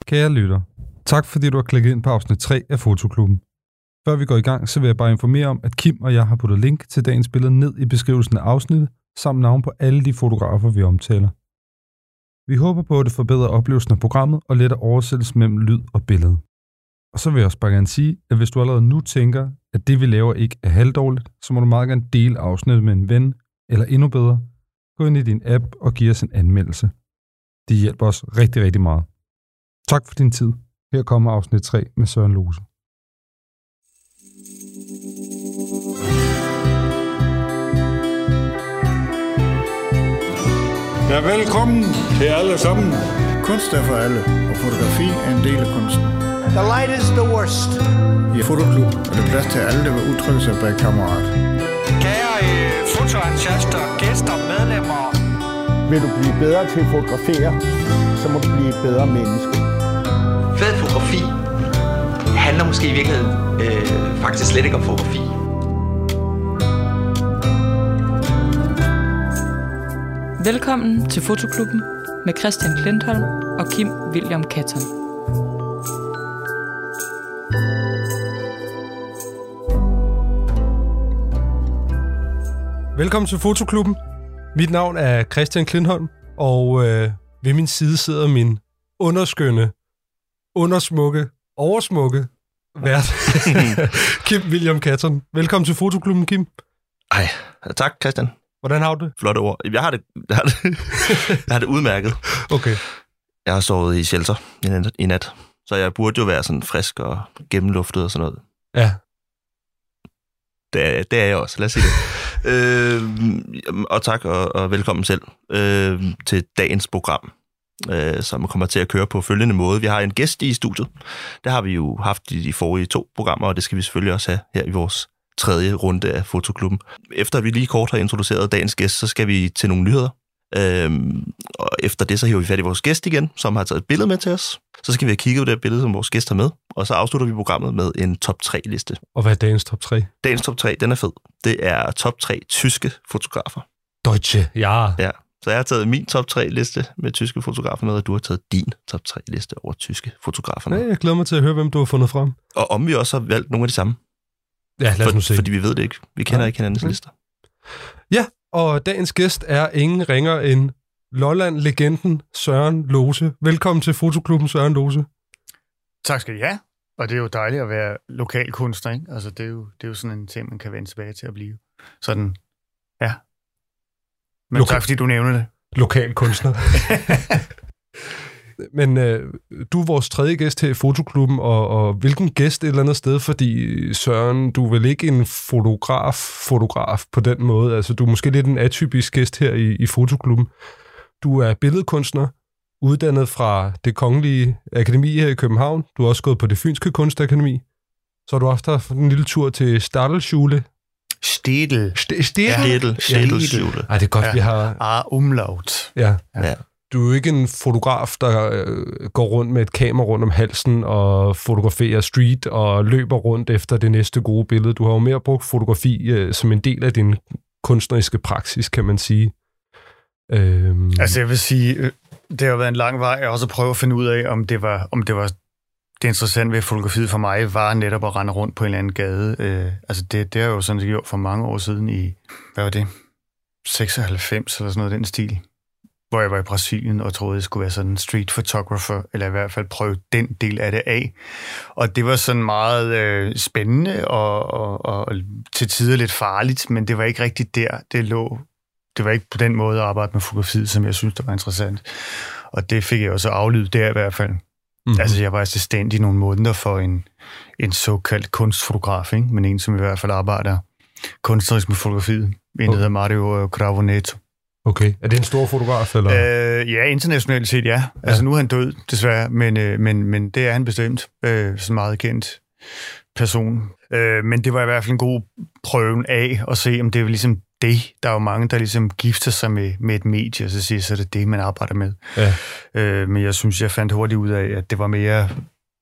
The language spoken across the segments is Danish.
Kære lytter, tak fordi du har klikket ind på afsnit 3 af Fotoklubben. Før vi går i gang, så vil jeg bare informere om, at Kim og jeg har puttet link til dagens billede ned i beskrivelsen af afsnittet, samt navn på alle de fotografer, vi omtaler. Vi håber på, at det forbedrer oplevelsen af programmet og letter oversættelsen mellem lyd og billede. Og så vil jeg også bare gerne sige, at hvis du allerede nu tænker, at det vi laver ikke er halvdårligt, så må du meget gerne dele afsnittet med en ven, eller endnu bedre, gå ind i din app og give os en anmeldelse. Det hjælper os rigtig, rigtig meget. Tak for din tid. Her kommer afsnit 3 med Søren Lose. Ja, velkommen til alle sammen. Kunst er for alle, og fotografi er en del af kunsten. The light is the worst. I Fotoklub er der plads til alle, der vil udtrykke sig bag kammerat. Kære fotoentusiaster, gæster, medlemmer. Vil du blive bedre til at fotografere, så må du blive et bedre menneske. Fed fotografi handler måske i virkeligheden faktisk slet ikke om fotografi. Velkommen til Fotoklubben med Christian Klintholm og Kim William Katton. Velkommen til Fotoklubben. Mit navn er Christian Klintholm, og ved min side sidder min underskønne, undersmukke, oversmukke vært, Kim William Katton. Velkommen til Fotoklubben, Kim. Ej, tak Christian. Hvordan har du det? Flotte ord. Jeg har det udmærket. Okay. Jeg har sovet i shelter i nat, så jeg burde jo være sådan frisk og gennemluftet og sådan noget. Ja. Det er jeg også, lad os sige det. Og tak og velkommen selv til dagens program, som kommer til at køre på følgende måde. Vi har en gæst i studiet. Det har vi jo haft i de forrige 2 programmer, og det skal vi selvfølgelig også have her i vores 3. runde af Fotoklubben. Efter vi lige kort har introduceret dagens gæst, så skal vi til nogle nyheder. Og efter det, så hiver vi fat i vores gæst igen, som har taget et billede med til os. Så skal vi have kigget på det billede, som vores gæst har med, og så afslutter vi programmet med en top 3-liste. Og hvad er dagens top 3? Dagens top 3, den er fed. Det er top 3 tyske fotografer. Deutsche, ja. Ja. Så jeg har taget min top 3-liste med tyske fotografer med, og du har taget din top 3-liste over tyske fotografer. Ja, jeg glæder mig til at høre, hvem du har fundet frem. Og om vi også har valgt nogle af de samme. Ja, lad os nu se. Fordi vi ved det ikke. Vi kender ikke hinandens lister. Ja, og dagens gæst er ingen ringer end Lolland-legenden Søren Lose. Velkommen til Fotoklubben, Søren Lose. Tak skal I have. Og det er jo dejligt at være lokalkunstner, ikke? Altså, det er jo sådan en ting, man kan vende tilbage til at blive. Sådan, ja. Men tak, fordi du nævner det. Lokalkunstner. Men du er vores 3. gæst her i Fotoklubben, og hvilken gæst et eller andet sted, fordi Søren, du er vel ikke en fotograf på den måde, altså du er måske lidt en atypisk gæst her i Fotoklubben. Du er billedkunstner, uddannet fra Det Kongelige Akademi her i København, du har også gået på Det Fynske Kunstakademi, så har du også haft en lille tur til Stadelschule. Stedel. Stedel. Ej, det er godt, vi har... Umlaut. Ja. Ja. Du er jo ikke en fotograf, der går rundt med et kamera rundt om halsen og fotograferer street og løber rundt efter det næste gode billede. Du har jo mere brugt fotografi som en del af din kunstneriske praksis, kan man sige. Altså jeg vil sige, det har været en lang vej. Jeg har også prøvet at finde ud af, om det var det interessante ved fotografiet for mig, var netop at rende rundt på en eller anden gade. Altså det har jeg jo sådan gjort for mange år siden i, hvad var det? 96 eller sådan noget den stil. Hvor jeg var i Brasilien og troede, jeg skulle være sådan en street photographer, eller i hvert fald prøve den del af det af. Og det var sådan meget spændende og til tider lidt farligt, men det var ikke rigtigt der, det lå. Det var ikke på den måde at arbejde med fotografiet, som jeg synes, der var interessant. Og det fik jeg også aflydet der i hvert fald. Mm-hmm. Altså, jeg var assistent i nogle måneder for en såkaldt kunstfotograf, ikke? Men en, som i hvert fald arbejder kunstnerisk med fotografiet. En, der hedder Mario Gravoneto. Okay. Er det en stor fotograf, eller? Ja, internationalt set, ja. Altså, nu er han død, desværre, men det er han bestemt. Sådan en meget kendt person. Men det var i hvert fald en god prøve af at se, om det er ligesom det. Der er jo mange, der ligesom gifter sig med et medie, og så siger så er det, man arbejder med. Ja. Men jeg synes, jeg fandt hurtigt ud af, at det var mere,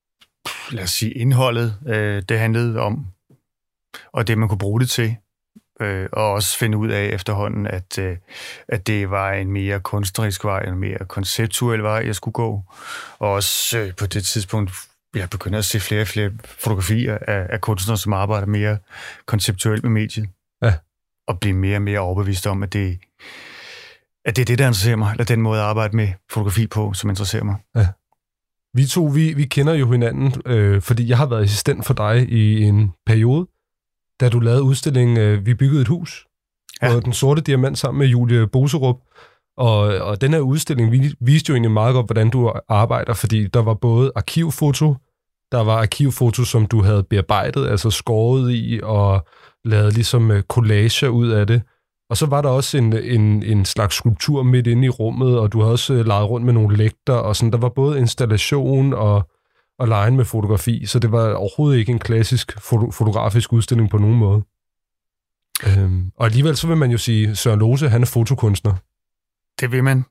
lad os sige, indholdet, det handlede om, og det, man kunne bruge det til. og også finde ud af efterhånden, at det var en mere kunstnerisk vej, en mere konceptuel vej, jeg skulle gå. Og også på det tidspunkt, jeg begynder at se flere og flere fotografier af kunstnere, som arbejder mere konceptuelt med mediet. Ja. Og blive mere og mere overbevist om, at det er det, der interesserer mig, eller den måde at arbejde med fotografi på, som interesserer mig. Ja. Vi to, vi kender jo hinanden, fordi jeg har været assistent for dig i en periode, da du lavede udstillingen Vi byggede et hus, og Den Sorte Diamant sammen med Julie Boserup. Og den her udstilling viste jo egentlig meget godt, hvordan du arbejder, fordi der var både arkivfoto, der var arkivfoto, som du havde bearbejdet, altså skåret i og lavet ligesom collager ud af det. Og så var der også en slags skulptur midt inde i rummet, og du havde også leget rundt med nogle lægter, og sådan. Der var både installation og legen med fotografi, så det var overhovedet ikke en klassisk fotografisk udstilling på nogen måde. Og alligevel så vil man jo sige, Søren Lose, han er fotokunstner. Det vil man.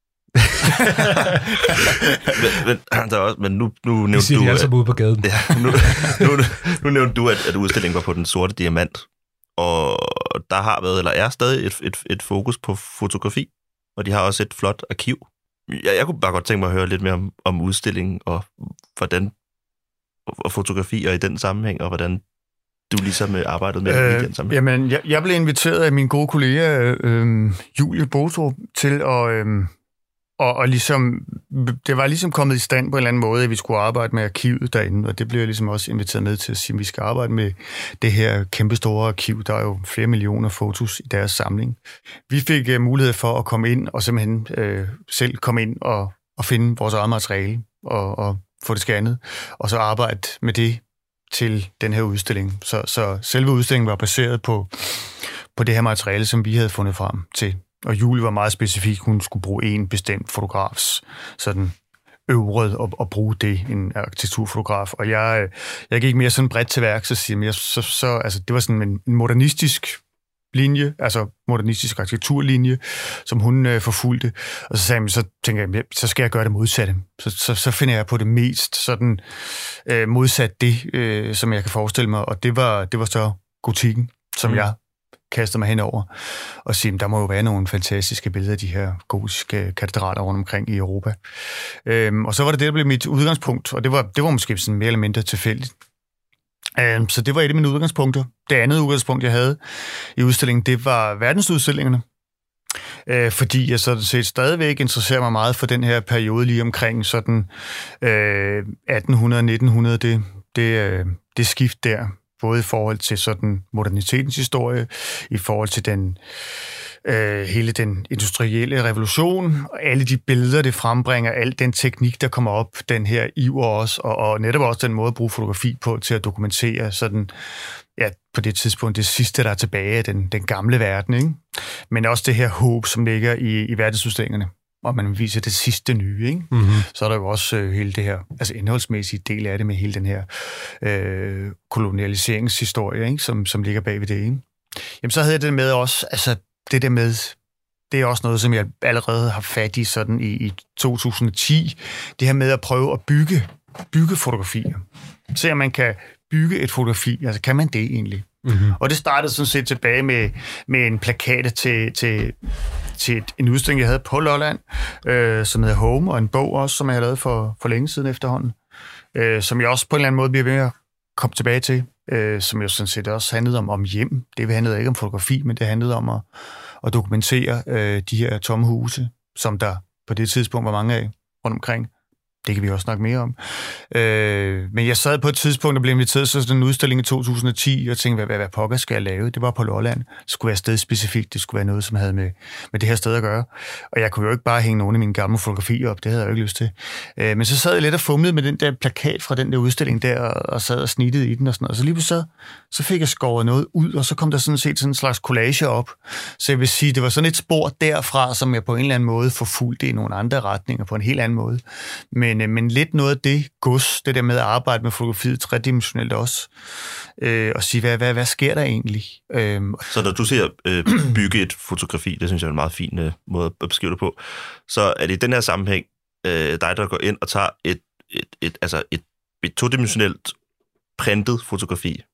men nu nævnte siger du... De altså ude på gaden. Ja, nu nævnte du, at udstillingen var på Den Sorte Diamant, og der har været, eller er stadig et fokus på fotografi, og de har også et flot arkiv. Jeg kunne bare godt tænke mig at høre lidt mere om udstillingen, og hvordan og fotografi og i den sammenhæng, og hvordan du ligesom arbejdede med i den sammenhæng. Jamen, jeg blev inviteret af min gode kollega Julie Boserup til og ligesom, det var ligesom kommet i stand på en eller anden måde, at vi skulle arbejde med arkivet derinde, og det blev jeg ligesom også inviteret med til at sige, at vi skal arbejde med det her kæmpestore arkiv. Der er jo flere millioner fotos i deres samling. Vi fik mulighed for at komme ind og simpelthen selv komme ind og finde vores eget materiale og få det scannet, og så arbejde med det til den her udstilling. Så selve udstillingen var baseret på det her materiale, som vi havde fundet frem til. Og Julie var meget specifik. Hun skulle bruge en bestemt fotografs sådan øvret og bruge det, en arkitekturfotograf. Og jeg gik mere sådan bredt til værk, altså det var sådan en modernistisk linje, altså modernistisk arkitekturlinje, som hun forfulgte. Og så tænker jeg, så skal jeg gøre det modsatte. Så finder jeg på det mest sådan modsat det, som jeg kan forestille mig. Og det var så gotikken, som jeg kastede mig henover og sige, der må jo være nogle fantastiske billeder af de her gotiske katedraler rundt omkring i Europa. Og så var det, der blev mit udgangspunkt, og det var måske sådan mere eller mindre tilfældigt. Så det var et af mine udgangspunkter. Det andet udgangspunkt, jeg havde i udstillingen, det var verdensudstillingerne. Fordi jeg sådan set stadigvæk interesserer mig meget for den her periode lige omkring sådan 1800-1900, det skift der, både i forhold til sådan modernitetens historie, i forhold til den hele den industrielle revolution, og alle de billeder, det frembringer, al den teknik, der kommer op, den her iver også, og netop også den måde at bruge fotografi på til at dokumentere sådan, ja, på det tidspunkt, det sidste, der er tilbage af den gamle verden, ikke? Men også det her håb, som ligger i verdensudstillingerne, og man viser det sidste nye, ikke? Mm-hmm. Så er der jo også hele det her, altså indholdsmæssige del af det, med hele den her kolonialiseringshistorie, ikke? Som ligger bag ved det, ikke? Jamen, så havde jeg det med også, altså det der med, det er også noget, som jeg allerede har fat i sådan i 2010, det her med at prøve at bygge fotografier. Se om man kan bygge et fotografi, altså kan man det egentlig? Mm-hmm. Og det startede sådan set tilbage med en plakat til en udstilling, jeg havde på Lolland, som hedder Home, og en bog også, som jeg har lavet for længe siden efterhånden, som jeg også på en eller anden måde bliver ved at komme tilbage til, som jo sådan set også handlede om hjem. Det handlede ikke om fotografi, men det handlede om at dokumentere de her tomme huse, som der på det tidspunkt var mange af rundt omkring. Det kan vi også snakke mere om. Men jeg sad på et tidspunkt og blev inviteret til sådan en udstilling i 2010, og tænkte, hvad pokker skal jeg lave? Det var på Lolland. Det skulle være stedspecifikt. Det skulle være noget, som havde med det her sted at gøre. Og jeg kunne jo ikke bare hænge nogle af mine gamle fotografier op. Det havde jeg jo ikke lyst til. Men så sad jeg lidt og fumlede med den der plakat fra den der udstilling der, og sad og snittede i den og sådan noget. Og så lige så fik jeg skåret noget ud, og så kom der sådan set sådan en slags collage op. Så jeg vil sige, det var sådan et spor derfra, som jeg på en eller anden måde forfulgte i nogle andre retninger på en helt anden måde. Men lidt noget af det gods, det der med at arbejde med fotografiet tredimensionelt også, og sige, hvad sker der egentlig? Så når du siger bygge et fotografi, det synes jeg er en meget fin måde at beskrive det på, så er det i den her sammenhæng dig, der går ind og tager et todimensionelt printet fotografi,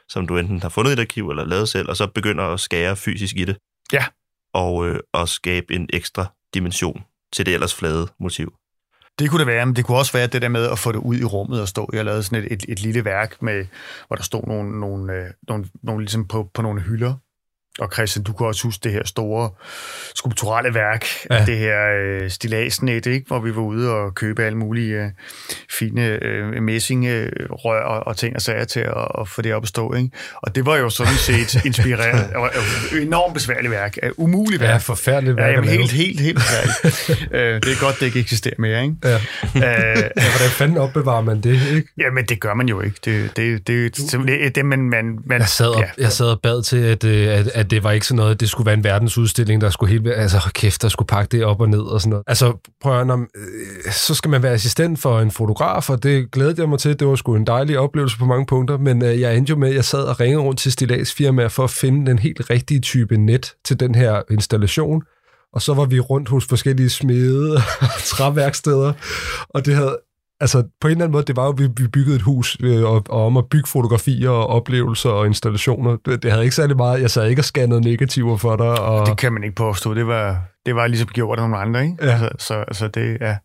som du enten har fundet i et arkiv eller lavet selv, og så begynder at skære fysisk i det. Ja. Og skabe en ekstra dimension til det ellers flade motiv. Det kunne det være, men det kunne også være det der med at få det ud i rummet og stå. Jeg lavede sådan et lille værk, hvor der stod nogle ligesom på nogle hylder. Og Christian, du kan også huske det her store skulpturelle værk, det her stilladsnet, ikke? Hvor vi var ude og købe alle mulige fine messingrør og ting og sager til at få det op at stå. Ikke? Og det var jo sådan set inspireret og enormt besværligt værk. Umuligt værk. Ja, forfærdeligt værk. Ja, jamen, helt besværligt. Det er godt, det ikke eksisterer mere. Ikke? Ja. Hvordan fanden opbevarer man det? Ikke? Jamen, det gør man jo ikke. Det er det, man jeg sad og bad til, at det var ikke sådan noget, det skulle være en verdensudstilling, der skulle helt altså kæft, der skulle pakke det op og ned og sådan noget. Altså, prøv at så skal man være assistent for en fotograf, og det glædede jeg mig til. Det var sgu en dejlig oplevelse på mange punkter, men jeg endte jo med, jeg sad og ringede rundt til stilladsfirmaer for at finde den helt rigtige type net til den her installation, og så var vi rundt hos forskellige smede og træværksteder, og det havde altså, på en eller anden måde, det var jo, vi byggede et hus og om at bygge fotografier og oplevelser og installationer. Det havde ikke særlig meget. Jeg sad ikke og scannede negativer for dig. Og det kan man ikke påstå. Det var ligesom gjort af nogle andre, ikke? Ja. Så det, ja.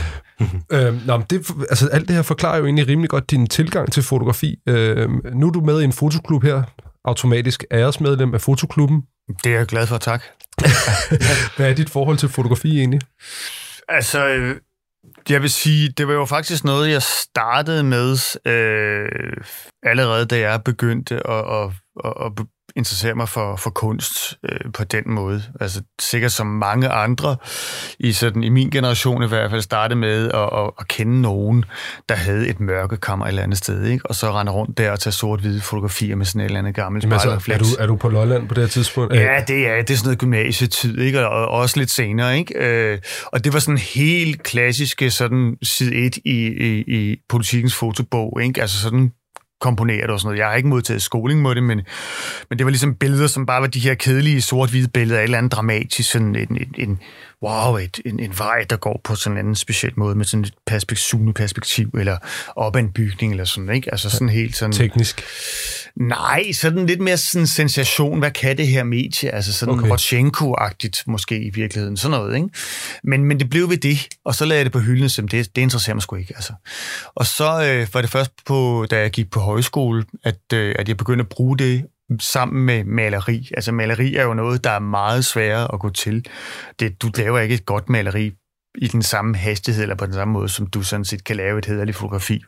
Alt det her forklarer jo egentlig rimelig godt din tilgang til fotografi. Nu er du med i en fotoklub her, automatisk æresmedlem af fotoklubben. Det er jeg glad for, tak. Hvad er dit forhold til fotografi egentlig? Altså, jeg vil sige, det var jo faktisk noget, jeg startede med allerede, da jeg begyndte at interessere mig for kunst på den måde. Altså sikkert som mange andre i min generation i hvert fald startede med at kende nogen, der havde et mørkekammer et eller andet sted, ikke? Og så rende rundt der og tage sort-hvide fotografier med sådan et eller andet gammelt spejlerrefleks. Er du på Lolland på det her tidspunkt? Ja, det er sådan noget gymnasietid, ikke? Og også lidt senere, ikke? Og det var sådan helt klassiske sådan side 1 i Politikens fotobog, ikke? Altså sådan komponeret og sådan noget. Jeg har ikke modtaget skoling med det, men det var ligesom billeder, som bare var de her kedelige sort-hvide billeder af et eller andet dramatisk, sådan en vej, der går på sådan en anden speciel måde, med sådan et zoom-perspektiv, eller op ad en bygning, eller sådan, ikke? Altså sådan helt sådan... Teknisk? Nej, sådan lidt mere sådan sensation. Hvad kan det her medie? Altså sådan Rodchenko-agtigt måske i virkeligheden. Sådan noget, ikke? Men det blev ved det, og så lagde jeg det på hylden, som det interesserer mig sgu ikke, altså. Og så var det først da jeg gik på højskole, at jeg begyndte at bruge det sammen med maleri. Altså maleri er jo noget, der er meget sværere at gå til. Du laver ikke et godt maleri i den samme hastighed eller på den samme måde, som du sådan set kan lave et hæderligt fotografi.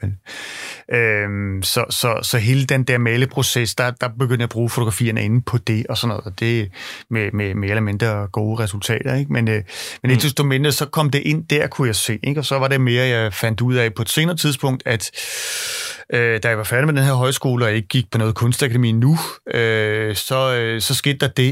Så hele den der maleproces, der begyndte jeg at bruge fotografierne inde på det og sådan noget, og det med mere eller mindre gode resultater, ikke? Men ikke desto mindre, så kom det ind der, kunne jeg se, ikke? Og så var det mere, jeg fandt ud af på et senere tidspunkt, at da jeg var færdig med den her højskole, og ikke gik på noget kunstakademi nu, så skete der det,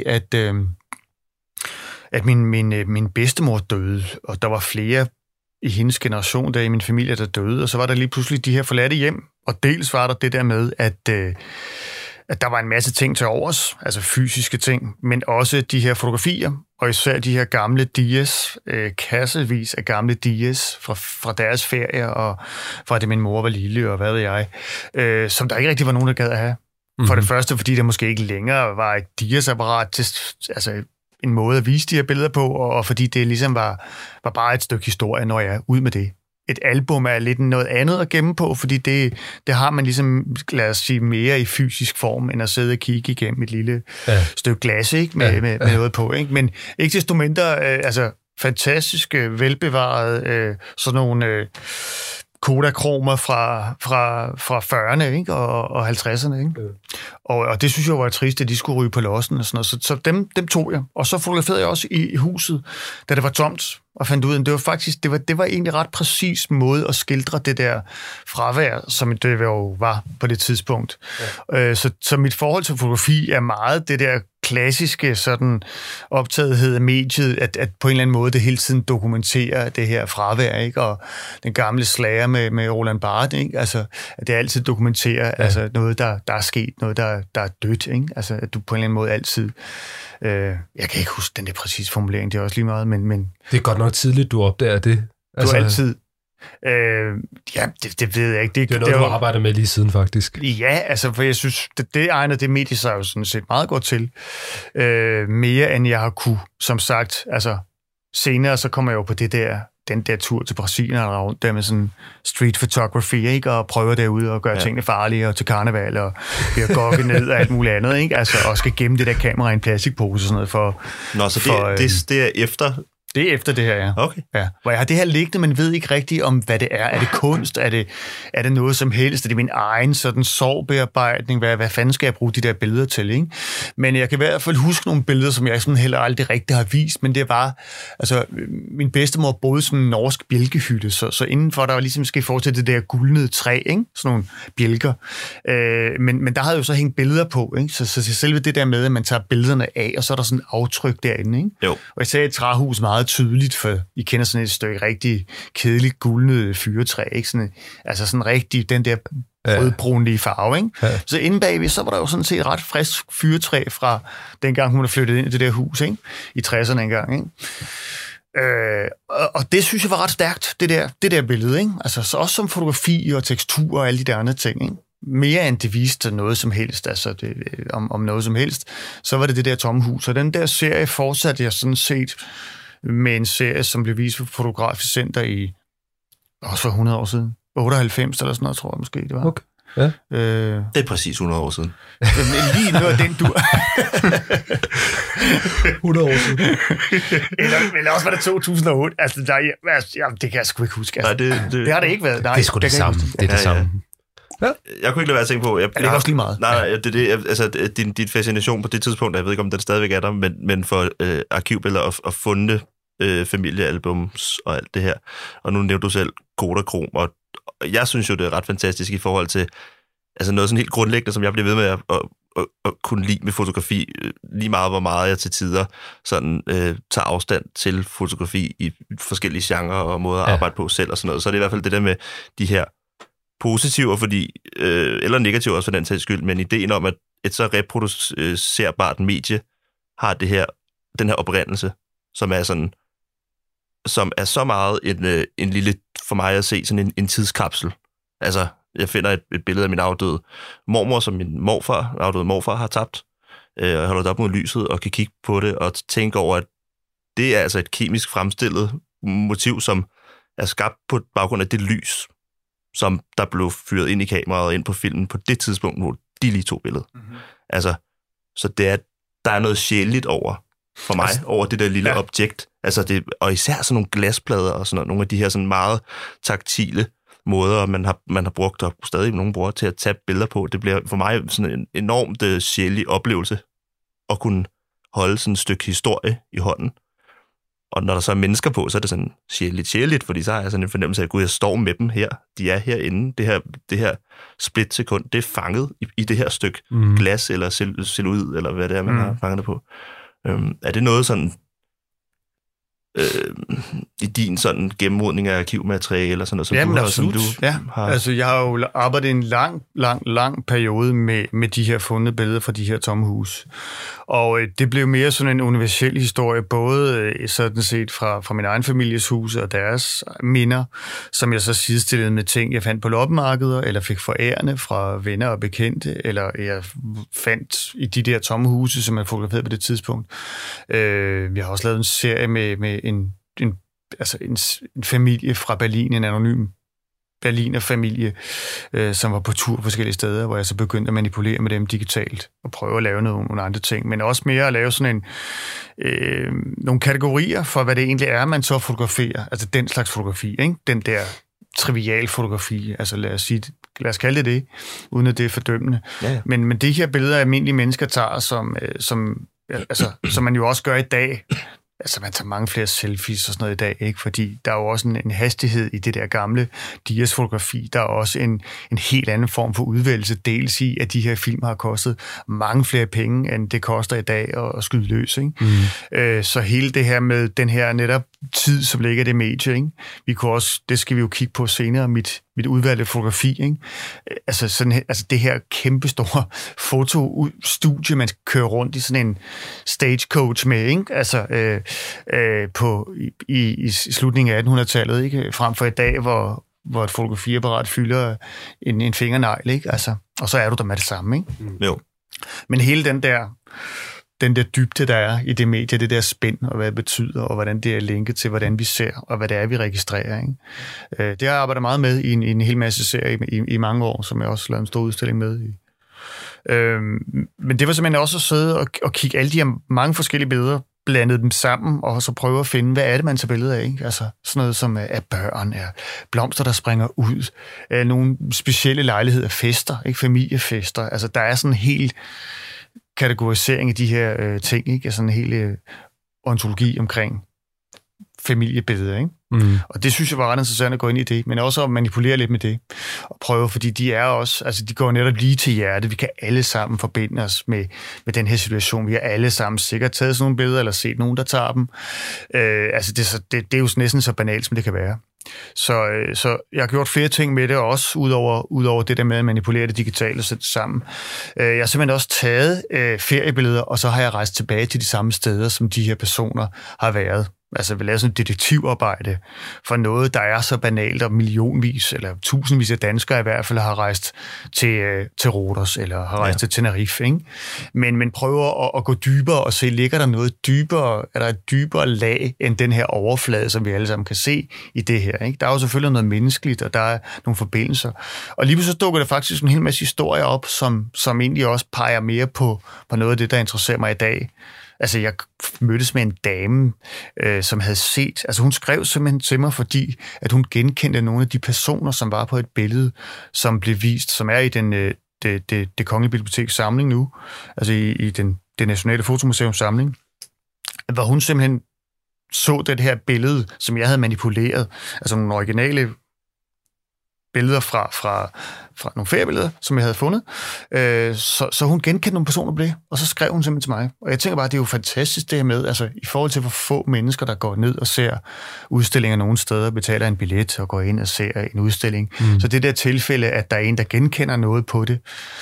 at min bedstemor døde, og der var flere i hendes generation, der i min familie, der døde, og så var der lige pludselig de her forladte hjem, og dels var der det der med, at der var en masse ting til overs, altså fysiske ting, men også de her fotografier, og især de her gamle dias, kassevis af gamle dias fra deres ferier, og fra det min mor var lille, og hvad ved jeg, som der ikke rigtig var nogen, der gad at have. For det første, fordi der måske ikke længere var et diasapparat til, altså en måde at vise de her billeder på, og fordi det ligesom var bare et stykke historie, når jeg er ud med det. Et album er lidt noget andet at gemme på, fordi det har man ligesom, lad os sige, mere i fysisk form, end at sidde og kigge igennem et lille stykke glas, ikke? Med noget på, ikke? Men ikke desto mindre, altså fantastiske, velbevarede, sådan nogle Kodakromer fra 40'erne, ikke? Og 50'erne, ikke? Og det synes jeg var trist, at de skulle ryge på lossen og sådan noget. Så dem tog jeg. Og så fotograferede jeg også i huset, da det var tomt, og fandt ud af, at det var faktisk, det var egentlig ret præcis måde at skildre det der fravær, som det jo var på det tidspunkt. Ja. Så mit forhold til fotografi er meget det der klassiske sådan optagethed af mediet, at på en eller anden måde det hele tiden dokumenterer det her fravær, ikke? Og den gamle slager med Roland Barthes, ikke? Altså, at det altid dokumenterer altså noget, der er sket, noget, der er dødt, ikke? Altså, at du på en eller anden måde altid... jeg kan ikke huske den der præcise formulering, det er også lige meget, men... Det er godt nok tidligt, du opdager det. Altså, du altid Det ved jeg ikke. Det er noget, du arbejder med lige siden, faktisk. Ja, altså, for jeg synes, det egner det medie sig jo sådan set meget godt til. Mere end jeg har kunne, som sagt. Altså, senere så kommer jeg jo på den der tur til Brasilien og rundt der med sådan street photography, ikke? Og prøver derude og gøre tingene farlige og til karneval og bliver gokket ned og alt muligt andet, ikke? Altså, og skal gemme det der kamera i en plastikpose og sådan noget for... Nå, så det er efter... Det er efter det her, ja. Okay. Ja. Hvor jeg har det her liggende, men ved ikke rigtigt om, hvad det er. Er det kunst? Er det noget som helst? Er det min egen sådan sorgbearbejdning? Hvad fanden skal jeg bruge de der billeder til, ikke? Men jeg kan i hvert fald huske nogle billeder, som jeg sådan heller aldrig rigtig har vist, men det var, altså, min bedstemor boede sådan en norsk bjælkehytte, så indenfor der var ligesom skal fortsætte det der guldnede træ, ikke? Sådan nogle bjælker. Men der havde jo så hængt billeder på, ikke? Så selve det der med, at man tager billederne af, og så er der sådan et aftryk derinde, ikke? Jo. Og jeg sagde et træhus meget tydeligt, for I kender sådan et stykke rigtig kedeligt guldnet fyretræ, ikke? Sådan rigtig den der rødbrunlige farve, ikke? Ja. Så inde bagved, så var der jo sådan set ret frisk fyretræ fra dengang hun er flyttet ind i det der hus, ikke? I 60'erne engang, ikke? Og det synes jeg var ret stærkt, det der billede, ikke? Altså så også som fotografi og tekstur og alle de der andre ting, ikke? Mere end det viste noget som helst, altså om noget som helst, så var det der tomme hus. Og den der serie fortsatte jeg sådan set med en serie, som blev vist på Fotografisk Center i også for 100 år siden. 98 eller sådan noget, tror jeg måske, det var. Okay. Ja. Det er præcis 100 år siden. Lige noget af den dur. 100 år siden. eller også var det 2008. Altså, det kan jeg sgu ikke huske. Altså, det har det ikke været. Nej, det er sgu det samme. Det er det samme. Ja. Jeg kunne ikke lade være at tænke på... Er det også lige meget? Nej, altså, din fascination på det tidspunkt, jeg ved ikke, om den stadigvæk er der, men for arkivbilleder og fundne familiealbums og alt det her. Og nu nævnte du selv Kodakrom, og jeg synes jo, det er ret fantastisk i forhold til altså noget sådan helt grundlæggende, som jeg bliver ved med at kunne lide med fotografi, lige meget hvor meget jeg til tider sådan tager afstand til fotografi i forskellige genrer og måder at arbejde på selv og sådan noget. Så er det i hvert fald det der med de her positiver, fordi, eller negativer også for den sags skyld, men ideen om, at et så reproducerbart medie har den her oprindelse, som er så meget en lille, for mig at se, sådan en tidskapsel. Altså, jeg finder et billede af min afdøde mormor, som min afdøde morfar har tabt, og jeg holder det op mod lyset og kan kigge på det og tænke over, at det er altså et kemisk fremstillet motiv, som er skabt på baggrund af det lys, som der blev fyret ind i kameraet og ind på filmen på det tidspunkt, hvor de lige tog billedet. Mm-hmm. Altså, så der er noget sjældent over for mig, over det der lille objekt. Altså og især sådan nogle glasplader og sådan noget, nogle af de her sådan meget taktile måder, man har brugt, og stadig nogen bruger til at tage billeder på. Det bliver for mig sådan en enormt sjældent oplevelse at kunne holde sådan et stykke historie i hånden. Og når der så er mennesker på, så er det sådan sjældent, fordi så har jeg sådan en fornemmelse af, at gud, jeg står med dem her. De er herinde. Det her splitsekund, det er fanget i det her stykke glas eller celluloid, eller hvad det er, man har fanget det på. Er det noget sådan i din sådan gennemrodning af arkivmateriale eller sådan noget, som jamen, du har? Som du har... Altså, jeg har jo arbejdet en lang periode med de her fundne billeder fra de her tomme hus. Og det blev mere sådan en universel historie, både sådan set fra min egen families hus og deres minder, som jeg så sidestillede med ting, jeg fandt på loppemarkeder, eller fik forærende fra venner og bekendte, eller jeg fandt i de der tomme huse, som jeg fotograferede på det tidspunkt. Vi har også lavet en serie med en familie fra Berlin, en anonym berlinerfamilie, som var på tur forskellige steder, hvor jeg så begyndte at manipulere med dem digitalt og prøve at lave nogle andre ting, men også mere at lave sådan nogle kategorier for, hvad det egentlig er, man så fotograferer. Altså den slags fotografi, ikke? Den der trivial fotografi, altså lad os kalde det, uden at det er fordømmende. Ja. Men de her billeder, almindelige mennesker tager, som man jo også gør i dag. Altså, man tager mange flere selfies og sådan noget i dag, ikke? Fordi der er jo også en hastighed i det der gamle Dias-fotografi. Der er også en helt anden form for udvælgelse, dels i, at de her film har kostet mange flere penge, end det koster i dag at skyde løs, ikke? Så hele det her med den her netop tid, som ligger i det medie, ikke? Vi kunne også, det skal vi jo kigge på senere, mit udvalgte fotografi, ikke? Altså det her kæmpestore fotostudie, man kører rundt i sådan en stagecoach med, ikke? Altså i slutningen af 1800-tallet, ikke? Frem for i dag, hvor et fotografiapparat fylder en fingernegl, ikke? Altså, og så er du der med det samme, ikke? Jo. Men hele den der dybde, der er i det medie, det der spænd, og hvad det betyder, og hvordan det er linket til, hvordan vi ser, og hvad det er, vi registrerer. Ikke? Det har jeg arbejdet meget med i en hel masse serier i mange år, som jeg også lavede en stor udstilling med i. Men det var simpelthen også at sidde og kigge alle de her mange forskellige billeder, blandet dem sammen, og så prøve at finde, hvad er det, man tager billeder af, ikke? Altså sådan noget som er børn, er blomster, der springer ud, nogle specielle lejligheder, fester, ikke? Familiefester. Altså der er sådan en helt kategorisering af de her ting, ikke? Altså en hel ontologi omkring familiebilleder, ikke? Mm. Og det synes jeg var ret interessant at gå ind i det, men også at manipulere lidt med det og prøve, fordi de er også, altså de går netop lige til hjertet. Vi kan alle sammen forbinde os med den her situation. Vi har alle sammen sikkert taget sådan nogle billeder, eller set nogen, der tager dem. Altså det er jo næsten så banalt, som det kan være. Så jeg har gjort flere ting med det, også udover det der med at manipulere det digitale og sætte det sammen. Jeg har simpelthen også taget feriebilleder, og så har jeg rejst tilbage til de samme steder, som de her personer har været. Altså vi laver sådan et detektivarbejde for noget, der er så banalt, og millionvis eller tusindvis af danskere i hvert fald har rejst til Rhodos eller har rejst til Tenerife, ikke? Men prøver at gå dybere og se, ligger der noget dybere, er der et dybere lag end den her overflade, som vi alle sammen kan se i det her, ikke? Der er jo selvfølgelig noget menneskeligt, og der er nogle forbindelser. Og lige så dukker der faktisk en hel masse historier op, som egentlig også peger mere på noget af det, der interesserer mig i dag. Altså, jeg mødtes med en dame, som havde set... Altså, hun skrev simpelthen til mig, fordi at hun genkendte nogle af de personer, som var på et billede, som blev vist, som er i det Kongelige Biblioteks samling nu, altså i det Nationale Fotomuseums samling, hvor hun simpelthen så det her billede, som jeg havde manipuleret, altså nogle originale billeder fra nogle feriebilleder, som jeg havde fundet. Så hun genkendte nogle personer på det, og så skrev hun simpelthen til mig. Og jeg tænker bare, det er jo fantastisk det her med, altså i forhold til hvor få mennesker, der går ned og ser udstillinger nogle steder, betaler en billet og går ind og ser en udstilling. Mm. Så det der tilfælde, at der er en, der genkender noget på det,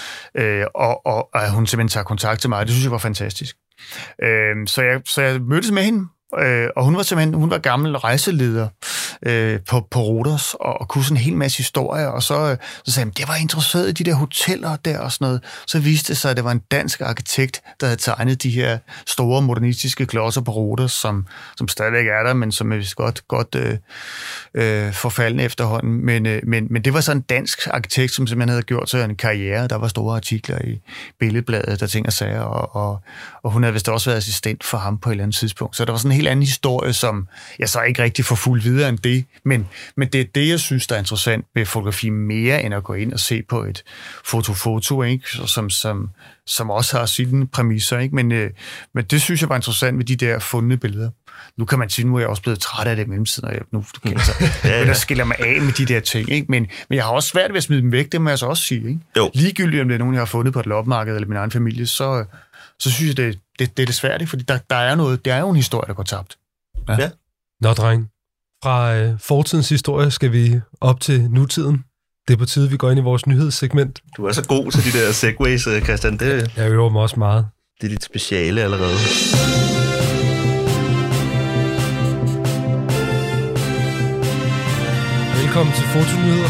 og at hun simpelthen tager kontakt til mig, det synes jeg var fantastisk. Så jeg mødtes med hende, og hun var gammel rejseleder på Rhodos, og kunne sådan en hel masse historier, og så sagde jeg, det var interesseret i de der hoteller der og sådan noget. Så viste det sig, at det var en dansk arkitekt, der havde tegnet de her store modernistiske klodser på Rhodos, som stadigvæk er der, men som er vist godt forfaldende efterhånden. Men det var sådan en dansk arkitekt, som simpelthen havde gjort sig en karriere. Der var store artikler i Billedbladet, der ting og sager, og hun havde vist også været assistent for ham på et eller andet tidspunkt. Så der var sådan en helt anden historie, som jeg så ikke rigtig får fuldt videre end det, men det er det, jeg synes, der er interessant ved fotografi mere, end at gå ind og se på et foto, ikke? Som også har sine præmisser, ikke? Men det synes jeg var interessant ved de der fundne billeder. Nu kan man sige, nu er jeg også blevet træt af det i mellemtiden, og der skiller mig af med de der ting, ikke? Men jeg har også svært ved at smide dem væk, det må jeg så også sige, ikke? Jo. Ligegyldigt om det er nogen, jeg har fundet på et loppemarked eller min egen familie, så synes jeg, det er svært, ikke? Fordi der er noget, det er jo en historie, der går tabt. Ja. Nå, dreng. Fra fortidens historie skal vi op til nutiden. Det er på tide, vi går ind i vores nyhedssegment. Du er så god til de der segways, Christian. Jeg øver mig også meget. Det er dit speciale allerede. Velkommen til Fotonyheder.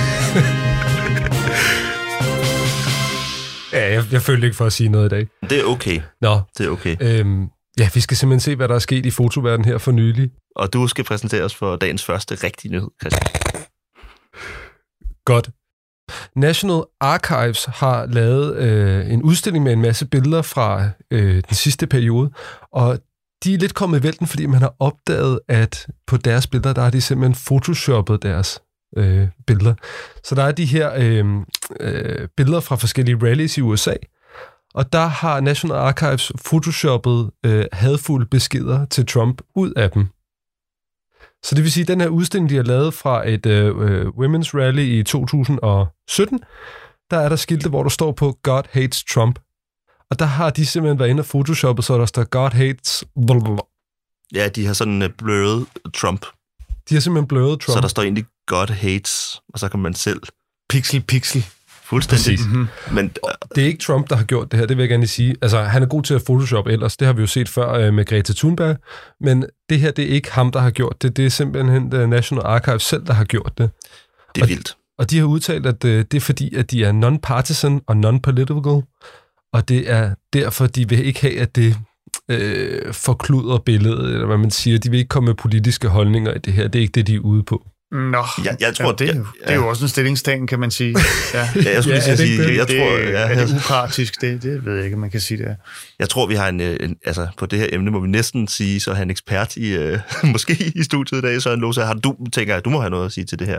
Ja, jeg følte ikke for at sige noget i dag. Det er okay. Nå. Det er okay. Ja, vi skal simpelthen se, hvad der er sket i fotoverdenen her for nylig. Og du skal præsentere os for dagens første rigtige nyhed, Christian. Godt. National Archives har lavet en udstilling med en masse billeder fra den sidste periode, og de er lidt kommet i vælten, fordi man har opdaget, at på deres billeder, der har de simpelthen photoshoppet deres billeder. Så der er de her billeder fra forskellige rallies i USA, og der har National Archives photoshoppet hadfulde beskeder til Trump ud af dem. Så det vil sige, at den her udstilling, de har lavet fra et Women's Rally i 2017, der er der skilte, hvor der står på God Hates Trump. Og der har de simpelthen været inde og photoshoppet, så der står God Hates... Ja, de har sådan blurret Trump. De har simpelthen blurret Trump. Så der står egentlig God hates, og så kan man selv... Pixel. Fuldstændig. Mm-hmm. Men det er ikke Trump, der har gjort det her, det vil jeg gerne sige. Altså, han er god til at Photoshop ellers, det har vi jo set før med Greta Thunberg, men det her, det er ikke ham, der har gjort det. Det er simpelthen National Archives selv, der har gjort det. Det er vildt. Og de har udtalt, at det er fordi, at de er non-partisan og non-political, og det er derfor, de vil ikke have, at det forkluder billedet, eller hvad man siger. De vil ikke komme med politiske holdninger i det her. Det er ikke det, de er ude på. Nå, jeg tror, det er jo også en stillingstagen, kan man sige. Ja, jeg skulle sige, er det upartisk? Det ved jeg ikke, om man kan sige det. Jeg tror, vi har en altså på det her emne, må vi næsten sige, så er han ekspert i, måske i studiet i dag, så Lose, tænker jeg, du må have noget at sige til det her.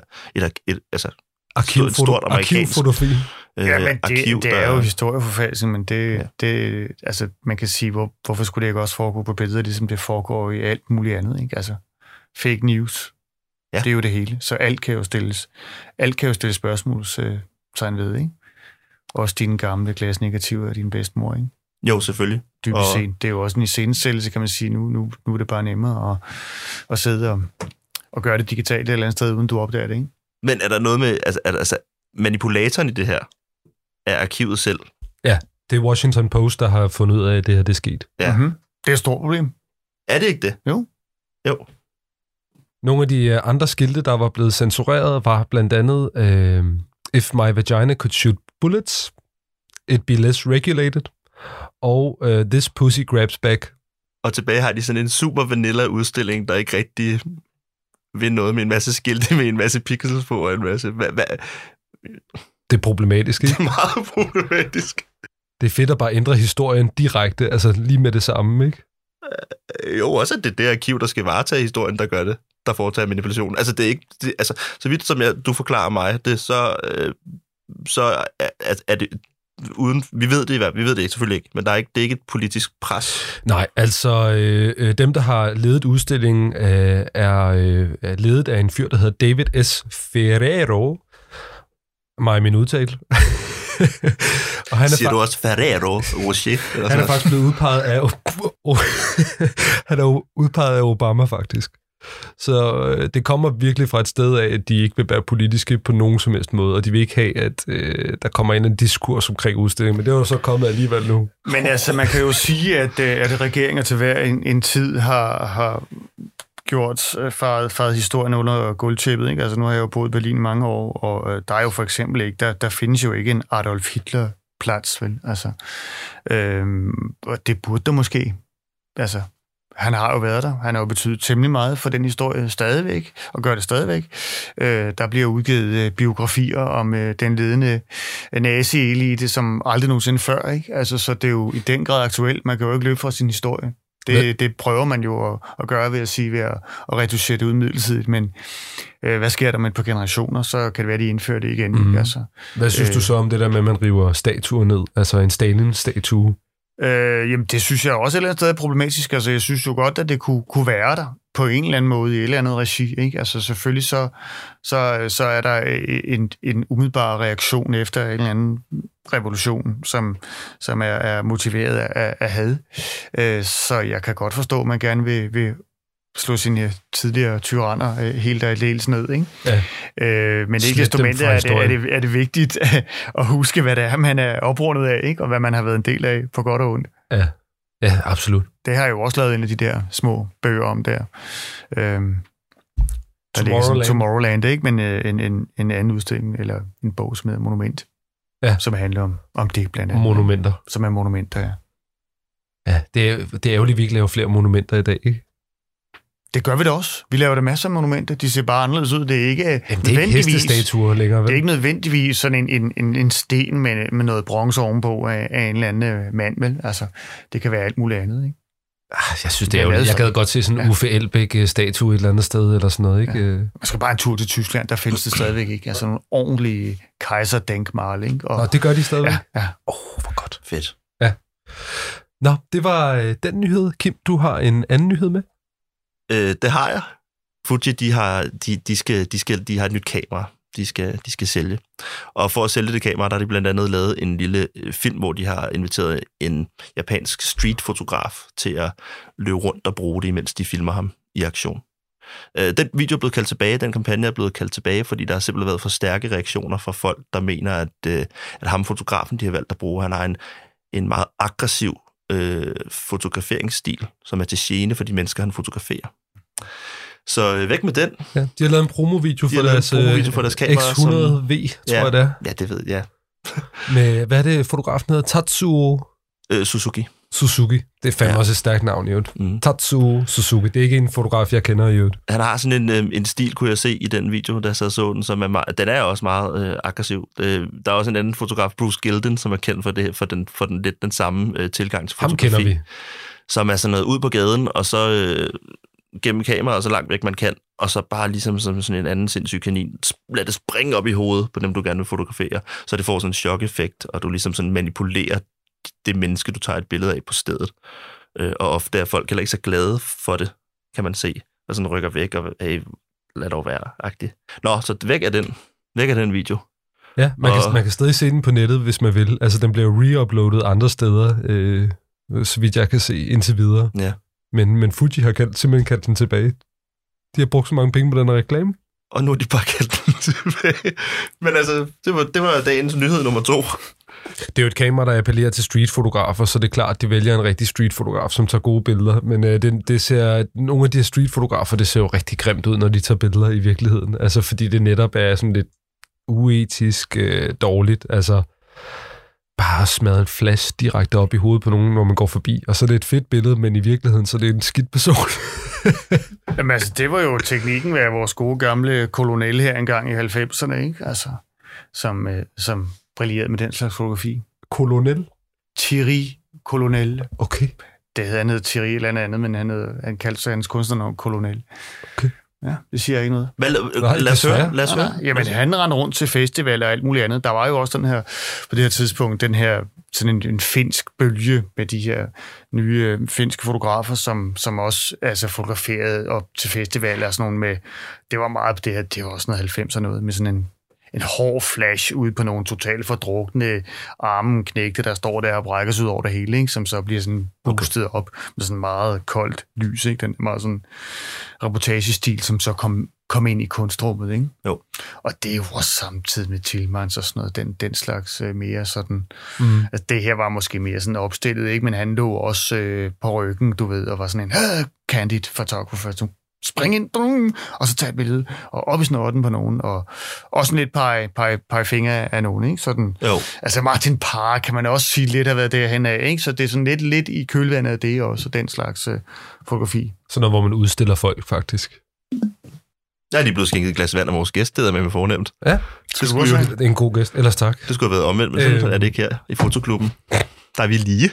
Arkivfotografi. Ja, men det er jo historieforfalskning, men det altså, man kan sige, hvorfor skulle det ikke også foregå på billeder, ligesom det foregår i alt muligt andet, ikke? Altså, fake news. Ja. Det er jo det hele. Så alt kan jo stilles spørgsmålstegn ved, ikke? Også dine gamle glasnegativer af din bedstemor, ikke? Jo, selvfølgelig. Dybest set. Det er jo også en iscenesættelse, kan man sige. Nu er det bare nemmere at sidde og gøre det digitalt et eller andet sted, uden du opdager det, ikke? Men er der noget med, altså manipulatoren i det her, er arkivet selv? Ja, det er Washington Post, der har fundet ud af, at det her det er sket. Ja. Mm-hmm. Det er et stort problem. Er det ikke det? Jo. Nogle af de andre skilte, der var blevet censureret, var blandt andet If my vagina could shoot bullets, It'd be less regulated, og This pussy grabs back. Og tilbage har de sådan en super vanilla udstilling, der ikke rigtig vil noget med en masse skilte, med en masse pixels på og en masse... Det er problematisk, ikke? Det er meget problematisk. Det er fedt at bare ændre historien direkte, altså lige med det samme, ikke? Jo, også at det er det arkiv, der skal varetage historien, der gør det, der foretager manipulationen. Altså, det er ikke... så vidt som du forklarer mig, det er så er det... Uden, vi ved det ikke, selvfølgelig ikke, men det er ikke et politisk pres. Nej, altså dem, der har ledet udstillingen, er ledet af en fyr, der hedder David S. Ferrero. Min udtale. Og han siger du også Ferrero? Han er faktisk blevet udpeget af han er udpeget af Obama, faktisk. Så det kommer virkelig fra et sted af, at de ikke vil være politiske på nogen som helst måde, og de vil ikke have, at der kommer ind en diskurs omkring udstillingen, men det er jo så kommet alligevel nu. Men altså, man kan jo sige, at regeringer til hver en tid har faret historien under gulvtæppet, ikke? Altså, nu har jeg jo boet i Berlin i mange år, og der er jo for eksempel ikke, der findes jo ikke en Adolf Hitler-plads, vel? Altså, og det burde der måske. Altså, han har jo været der. Han har jo betydet temmelig meget for den historie stadigvæk, og gør det stadigvæk. Der bliver udgivet biografier om den ledende nazi-elite, som aldrig nogensinde før, ikke? Altså, så det er jo i den grad aktuelt. Man kan jo ikke løbe fra sin historie. Det prøver man jo at gøre ved at reducere det ud midlertidigt, men hvad sker der med et par generationer, så kan det være, at de indfører det igen. Mm-hmm. Altså, hvad synes du så om det der med, at man river statuer ned? Altså en Stalin-statue? Jamen, det synes jeg også et eller andet sted er problematisk. Altså, jeg synes jo godt, at det kunne være der på en eller anden måde i et eller andet regi, ikke? Altså, selvfølgelig så er der en umiddelbar reaktion efter en eller anden revolution, som er motiveret af had. Så jeg kan godt forstå, at man gerne vil slå sine tidligere tyranner helt og aldeles ned, ikke? Ja. Men ikke desto mindre er det vigtigt at huske, hvad det er, man er oprundet af, ikke? Og hvad man har været en del af på godt og ondt. Ja, absolut. Det har jeg jo også lavet en af de der små bøger om der. Tomorrowland, ikke? Men en anden udstilling, eller en bog, som hedder Monument, som handler om det blandt andet. Monumenter. Som er monumenter, ja. Ja, det er jo lige, vi ikke laver flere monumenter i dag, ikke? Det gør vi da også. Vi laver da masser af monumenter. De ser bare anderledes ud. Det er ikke det er ikke hestestatuer længere, vel? Det er ikke nødvendigvis sådan en sten med noget bronze ovenpå af en eller anden mand, vel? Altså, det kan være alt muligt andet, ikke? Jeg synes, det er jo... Jeg gad godt se sådan en Uffe Elbæk-statue et eller andet sted, eller sådan noget, ikke? Ja. Man skal bare en tur til Tyskland, der findes det stadigvæk, ikke? Altså nogle ordentlige Kaiserdenkmal, ikke? Nå, det gør de stadigvæk? Ja. Hvor godt. Fedt. Ja. Nå, det var den nyhed. Kim, du har en anden nyhed med? Det har jeg. Fuji, de har et nyt kamera. de skal sælge. Og for at sælge det kamera, der har de blandt andet lavet en lille film, hvor de har inviteret en japansk streetfotograf til at løbe rundt og bruge det, mens de filmer ham i aktion. Den video er blevet kaldt tilbage, den kampagne er blevet kaldt tilbage, fordi der har simpelthen været for stærke reaktioner fra folk, der mener, at ham fotografen, de har valgt at bruge, han har en meget aggressiv fotograferingsstil, som er til gene for de mennesker, han fotograferer. Så væk med den. Ja, de har lavet en promovideo for deres kamera. X100V, tror jeg det er. Ja, det ved jeg. Med, hvad er det, fotografen hedder? Tatsuo Suzuki. Det er fandme også et stærkt navn, jo. Tatsuo Suzuki. Det er ikke en fotograf, jeg kender, jo. Han har sådan en stil, kunne jeg se i den video, der så den, som er den er også meget aggressiv. Der er også en anden fotograf, Bruce Gilden, som er kendt for det for den lidt den samme tilgang til fotografi. Ham kender vi. Som er sådan noget ud på gaden, og så gennem kameraet så langt væk man kan, og så bare ligesom som sådan en anden sindssyg kanin, lad det springe op i hovedet på dem, du gerne vil fotografere, så det får sådan en chok-effekt, og du ligesom sådan manipulerer det menneske, du tager et billede af på stedet. Og ofte er folk heller ikke så glade for det, kan man se, og sådan rykker væk, og hey, lad dog være-agtigt. Nå, så væk af den video. Ja, man kan stadig se den på nettet, hvis man vil. Altså, den bliver re-uploadet andre steder, så vidt jeg kan se, indtil videre. Ja. Men Fuji har simpelthen kaldt den tilbage. De har brugt så mange penge på den reklame. Og nu er de bare kaldt den tilbage. Men altså, det var dagens nyhed nummer 2. Det er jo et kamera, der appellerer til streetfotografer, så det er klart, at de vælger en rigtig streetfotograf, som tager gode billeder. Men nogle af de her streetfotografer, det ser jo rigtig grimt ud, når de tager billeder i virkeligheden. Altså, fordi det netop er sådan lidt uetisk dårligt. Altså, bare smadre en flash direkte op i hovedet på nogen, når man går forbi. Og så er det et fedt billede, men i virkeligheden, så er det en skidt person. Jamen altså, det var jo teknikken ved vores gode gamle kolonel her engang i 90'erne, ikke? Altså, som brillerede med den slags fotografi. Kolonel? Thierry Kolonel. Okay. Det havde han hed Thierry eller andet, men han kaldte sig hans kunstnernavn Kolonel. Okay. Ja, det siger ikke noget. Lad os høre. Jamen, han rendte rundt til festivaler og alt muligt andet. Der var jo også den her, på det her tidspunkt, den her sådan en finsk bølge med de her nye finske fotografer, som også altså fotograferede op til festivaler og sådan nogle med, det var meget på det her, det var også noget 90'er noget, med sådan en hård flash ude på nogle totalt fordrukne armen knægte, der står der og brækker sig ud over det hele, ikke? Som så bliver sådan boostet op med sådan meget koldt lys, ikke? Den meget sådan reportagestil, som så kom ind i kunstrummet, ikke? Jo. Og det er jo også samtidig med Tillmans og sådan noget, den slags mere sådan, altså det her var måske mere sådan opstillet, ikke? Men han lå også på ryggen, du ved, og var sådan en candid photographer, som spring ind, og så tage et billede, og op i snorten på nogen, og også lidt pege fingre af nogen, ikke? Sådan, jo. Altså Martin Parr kan man også sige lidt har været derhen af, ikke? Så det er sådan lidt i kølvandet af det også, den slags fotografi. Sådan noget, hvor man udstiller folk, faktisk. Jeg er lige blevet skænket et glas vand af vores gæst, det er med fornemt. Ja, det er en god gæst. Ellers tak. Det skulle have været omvendt, men sådan er det ikke her i fotoklubben. Der er vi lige.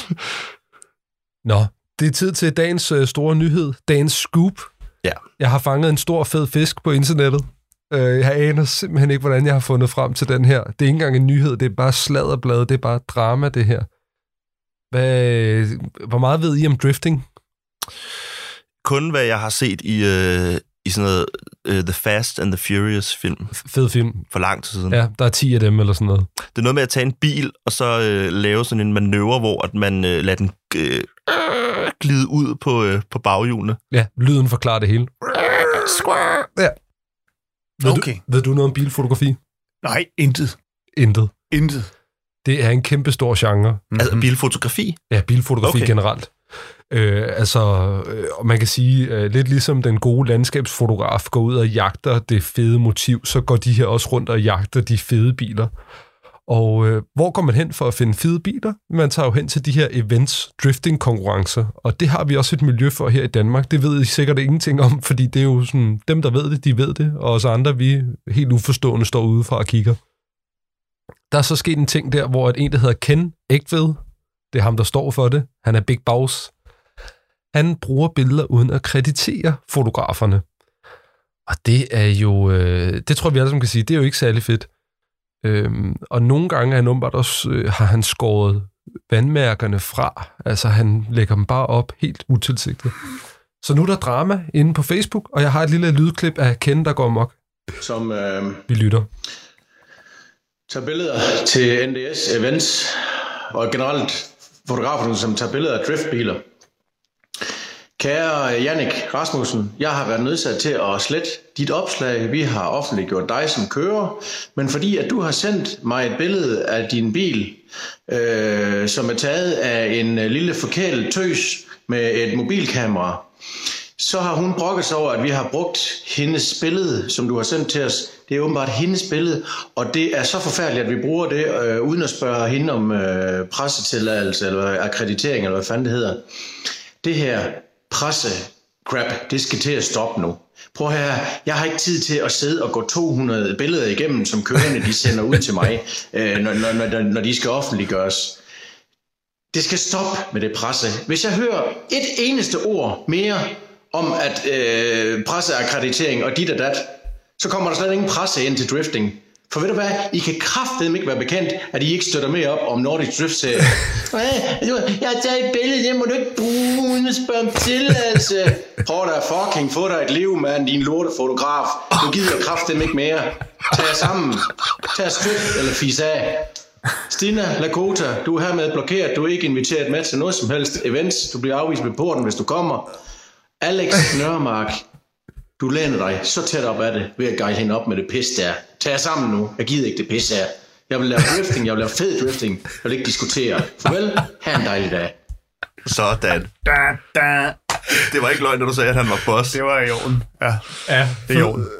Nå, det er tid til dagens store nyhed, dagens scoop. Ja. Jeg har fanget en stor fed fisk på internettet. Jeg aner simpelthen ikke, hvordan jeg har fundet frem til den her. Det er ikke engang en nyhed, det er bare sladderblad, det er bare drama, det her. Hvor meget ved I om drifting? Kun hvad jeg har set i sådan noget The Fast and the Furious film. Fed film. For lang tid siden. Ja, der er 10 af dem eller sådan noget. Det er noget med at tage en bil, og så lave sådan en manøvre, hvor at man lader den glide ud på baghjulene. Ja, lyden forklarer det hele. Ja. Ved du noget om bilfotografi? Nej, intet. Intet. Det er en kæmpe stor genre. Altså bilfotografi? Ja, bilfotografi generelt. Man kan sige, lidt ligesom den gode landskabsfotograf går ud og jagter det fede motiv, så går de her også rundt og jagter de fede biler. Og hvor går man hen for at finde fede biler? Man tager jo hen til de her events, drifting-konkurrencer, og det har vi også et miljø for her i Danmark. Det ved I sikkert ingenting om, fordi det er jo sådan, dem der ved det, de ved det, og os andre, vi helt uforstående står udefra og kigger. Der er så sket en ting der, hvor en, der hedder Ken Egtved, det er ham, der står for det, han er big boss, han bruger billeder uden at kreditere fotograferne. Og det er jo, det tror vi alle sammen kan sige, det er jo ikke særlig fedt. Og nogle gange er han åbenbart også, har han skåret vandmærkerne fra. Altså han lægger dem bare op helt utilsigtet. Så nu er der drama inde på Facebook, og jeg har et lille lydklip af Ken, der går amok. som vi lytter. Tager billeder til NDS events, og generelt fotograferne, som tager billeder af driftbiler. Kære Jannik Rasmussen, jeg har været nødsat til at slette dit opslag. Vi har offentliggjort dig som kører, men fordi at du har sendt mig et billede af din bil, som er taget af en lille forkælet tøs med et mobilkamera, så har hun brokket sig over, at vi har brugt hendes billede, som du har sendt til os. Det er åbenbart hendes billede, og det er så forfærdeligt, at vi bruger det, uden at spørge hende om pressetilladelse eller akkreditering, eller hvad fanden det hedder. Det her presse-crap, det skal til at stoppe nu. Prøv her, jeg har ikke tid til at sidde og gå 200 billeder igennem, som kørende de sender ud til mig, når de skal offentliggøres. Det skal stoppe med det presse. Hvis jeg hører et eneste ord mere om at presseakkreditering og dit og dat, så kommer der slet ingen presse ind til drifting. For ved du hvad, I kan kraftedeme ikke være bekendt, at I ikke støtter med op om Nordic Drift serie. Jeg har taget et billede, det må du ikke bruge uden at spørge om tilladelse. Prøv da fucking få dig et liv, mand, din lortefotograf. Du gider kraftedeme ikke mere. Tag jer sammen. Tag strift eller fis af. Stina Lakota, du er hermed blokeret. Du er ikke inviteret med til noget som helst events. Du bliver afvist ved porten, hvis du kommer. Alex Nørmark, du læner dig så tæt op af det, ved at gejle hende op med det pis der. Tag jer sammen nu. Jeg gider ikke det pis her. Jeg vil lave drifting. Jeg vil lave fed drifting. Jeg vil ikke diskutere. Farvel. Ha' en dejlig dag. Sådan. Det var ikke løgn, når du sagde, at han var boss. Det var i orden. Ja, det er i orden.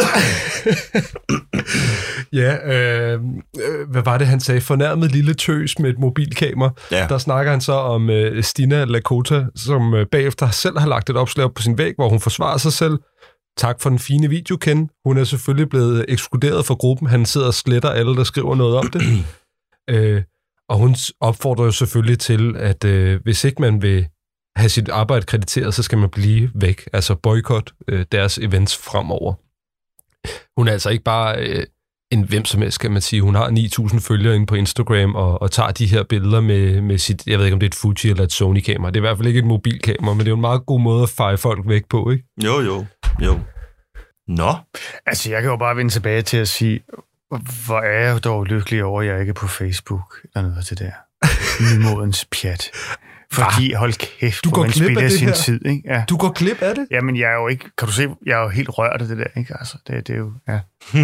Ja, hvad var det, han sagde? Fornærmet lille tøs med et mobilkamera. Ja. Der snakker han så om Stina Lakota, som bagefter selv har lagt et opslag op på sin væg, hvor hun forsvarer sig selv. Tak for den fine video, Ken. Hun er selvfølgelig blevet ekskluderet fra gruppen. Han sidder og sletter alle, der skriver noget om det. Og hun opfordrer jo selvfølgelig til, at hvis ikke man vil have sit arbejde krediteret, så skal man blive væk. Altså boykot deres events fremover. Hun er altså ikke bare en hvem som helst, kan man sige. Hun har 9.000 følgere inde på Instagram og tager de her billeder med sit, jeg ved ikke om det er et Fuji eller et Sony-kamera. Det er i hvert fald ikke et mobilkamera, men det er jo en meget god måde at feje folk væk på, ikke? Jo. Nå. Altså, jeg kan jo bare vende tilbage til at sige, hvor er jeg dog lykkelig over, at jeg ikke er på Facebook eller noget til det her. Nymodens pjat. Fordi, hold kæft, du går glip af det sin her. Tid, ikke? Ja. Du går glip af det? Jamen, jeg er jo ikke, kan du se, jeg er jo helt rørt af det der, ikke? Altså, det er jo, ja.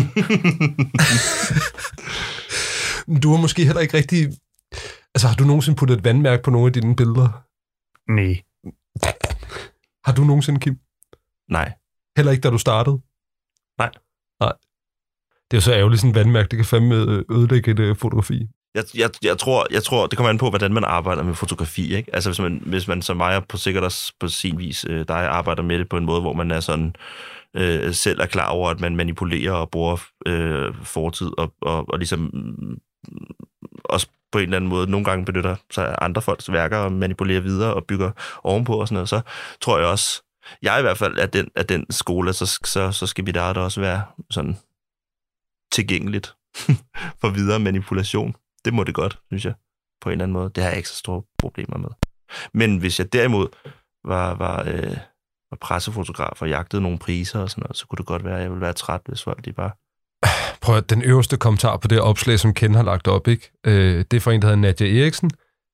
Du har måske heller ikke rigtig... Altså, har du nogensinde puttet et vandmærke på nogle af dine billeder? Nej. Har du nogensinde, Kim? Nej. Heller ikke, da du startede? Nej. Det er jo så ærgerligt, sådan et vandmærke, det kan fandme ødelægge et fotografi. Jeg tror, det kommer an på, hvordan man arbejder med fotografi, ikke? Altså, hvis man som mig på sikkert også på sin vis, der arbejder med det på en måde, hvor man er sådan, selv er klar over, at man manipulerer og bruger fortid, og ligesom også på en eller anden måde nogle gange benytter sig af andre folks værker og manipulerer videre og bygger ovenpå og sådan noget, så tror jeg også, jeg i hvert fald er den skole, så skal mit eget også være sådan tilgængeligt for videre manipulation. Det må det godt, synes jeg, på en eller anden måde. Det har jeg ikke så store problemer med. Men hvis jeg derimod var pressefotograf og jagtede nogle priser og sådan noget, så kunne det godt være, at jeg ville være træt, hvis folk de bare... Prøv at den øverste kommentar på det opslag, som Ken har lagt op, ikke? Det er fra en, der hedder Nadia Eriksen.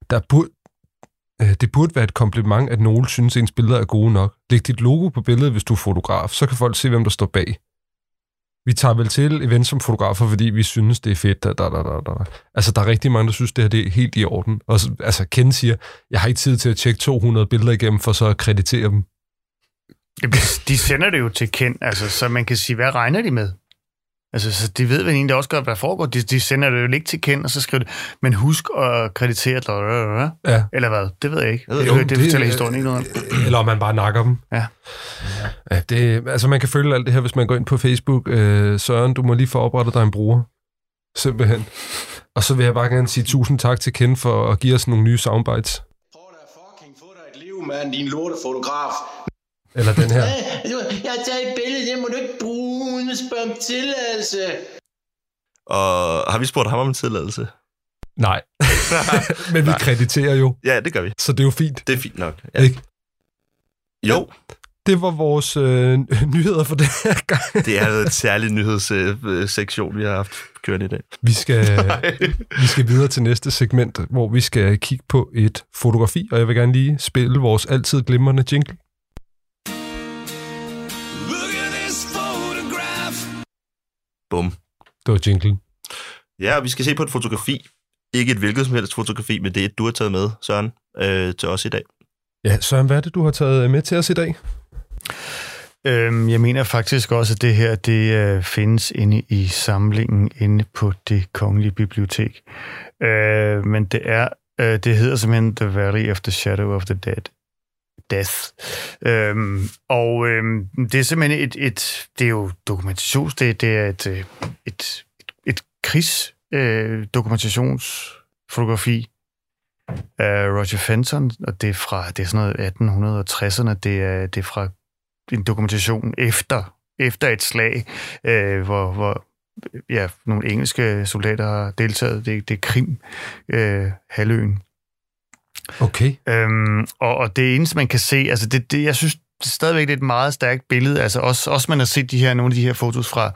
Det burde være et kompliment, at nogen synes, ens billeder er gode nok. Læg dit logo på billedet, hvis du er fotograf. Så kan folk se, hvem der står bag. Vi tager vel til events som fotografer, fordi vi synes, det er fedt. Altså, der er rigtig mange, der synes, det her det er helt i orden. Og altså, Ken siger, jeg har ikke tid til at tjekke 200 billeder igennem, for så at kreditere dem. De sender det jo til Ken, altså, så man kan sige, hvad regner de med? Altså, så de ved vel egentlig også godt, hvad der foregår. De sender det jo ikke til Ken, og så skriver de, men husk at kreditere, ja. Eller hvad? Det ved jeg ikke. Det fortæller historien ikke noget om. Eller om man bare nakker dem. Ja. Altså, man kan følge alt det her, hvis man går ind på Facebook. Søren, du må lige få oprettet dig en bruger. Simpelthen. Og så vil jeg bare gerne sige tusind tak til Ken for at give os nogle nye soundbites. Prøv da fucking få dig et liv, mand, din lortefotograf. Eller den her. Jeg har taget et billede, det må du ikke bruge uden at spørge om tilladelse. Og har vi spurgt ham om en tilladelse? Nej. Men vi krediterer jo. Ja, det gør vi. Så det er jo fint. Det er fint nok. Ja. Ikke? Jo. det var vores nyheder for den her gang. Det er et særligt nyhedssektion, vi har haft kørende i dag. Vi skal videre til næste segment, hvor vi skal kigge på et fotografi, og jeg vil gerne lige spille vores altid glimrende jingle. Bum. Det var jinglen. Ja, vi skal se på et fotografi. Ikke et hvilket som helst fotografi, men det er et, du har taget med, Søren, til os i dag. Ja, Søren, hvad er det, du har taget med til os i dag? Jeg mener faktisk også, at det her det findes inde i samlingen inde på Det Kongelige Bibliotek. Men det hedder simpelthen The Valley of the Shadow of the Death. Det er simpelthen det er jo dokumentation, det er et krigsdokumentationsfotografi af Roger Fenton, og det er sådan noget 1860'erne, det er fra en dokumentation efter et slag, hvor nogle engelske soldater har deltaget. Det er Krim, halvøen. Okay. Og det eneste, man kan se, altså jeg synes stadigvæk, det er et meget stærkt billede. Altså også man har set nogle af de her fotos fra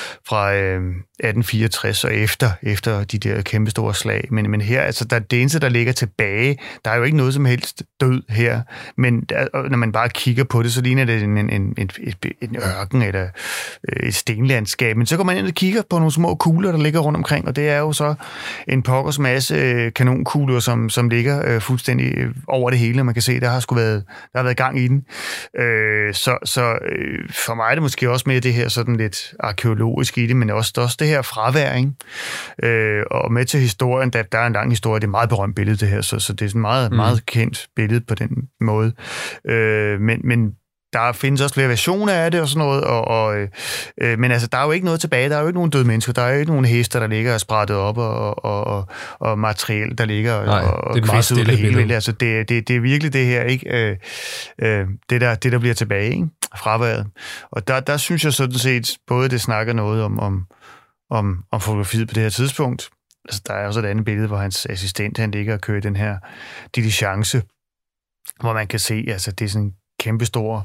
1864 og efter de der kæmpe store slag. Men her, altså det eneste, der ligger tilbage, der er jo ikke noget som helst død her. Men når man bare kigger på det, så ligner det en ørken eller et stenlandskab. Men så går man ind og kigger på nogle små kugler, der ligger rundt omkring, og det er jo så en pokkers masse kanonkugler, som ligger fuldstændig over det hele. Man kan se, der har været gang i den. Så for mig er det måske også mere det her sådan lidt arkeologisk i det, men også det her fravær, ikke? Og med til historien, der er en lang historie, det er et meget berømt billede det her, så det er sådan meget, meget kendt billede på den måde. Men der findes også flere versioner af det og sådan noget, men altså, der er jo ikke noget tilbage, der er jo ikke nogen døde mennesker, der er jo ikke nogen hester, der ligger og sprættet op, og materiel, der ligger og kvist ud af hele. Altså, det er virkelig det her, ikke? Det der bliver tilbage, ikke? Fraværet. Og der synes jeg sådan set, både det snakker noget om fotografiet på det her tidspunkt. Altså, der er også et andet billede, hvor hans assistent, han ligger og kører den her diligence, hvor man kan se, altså, det er sådan kæmpestor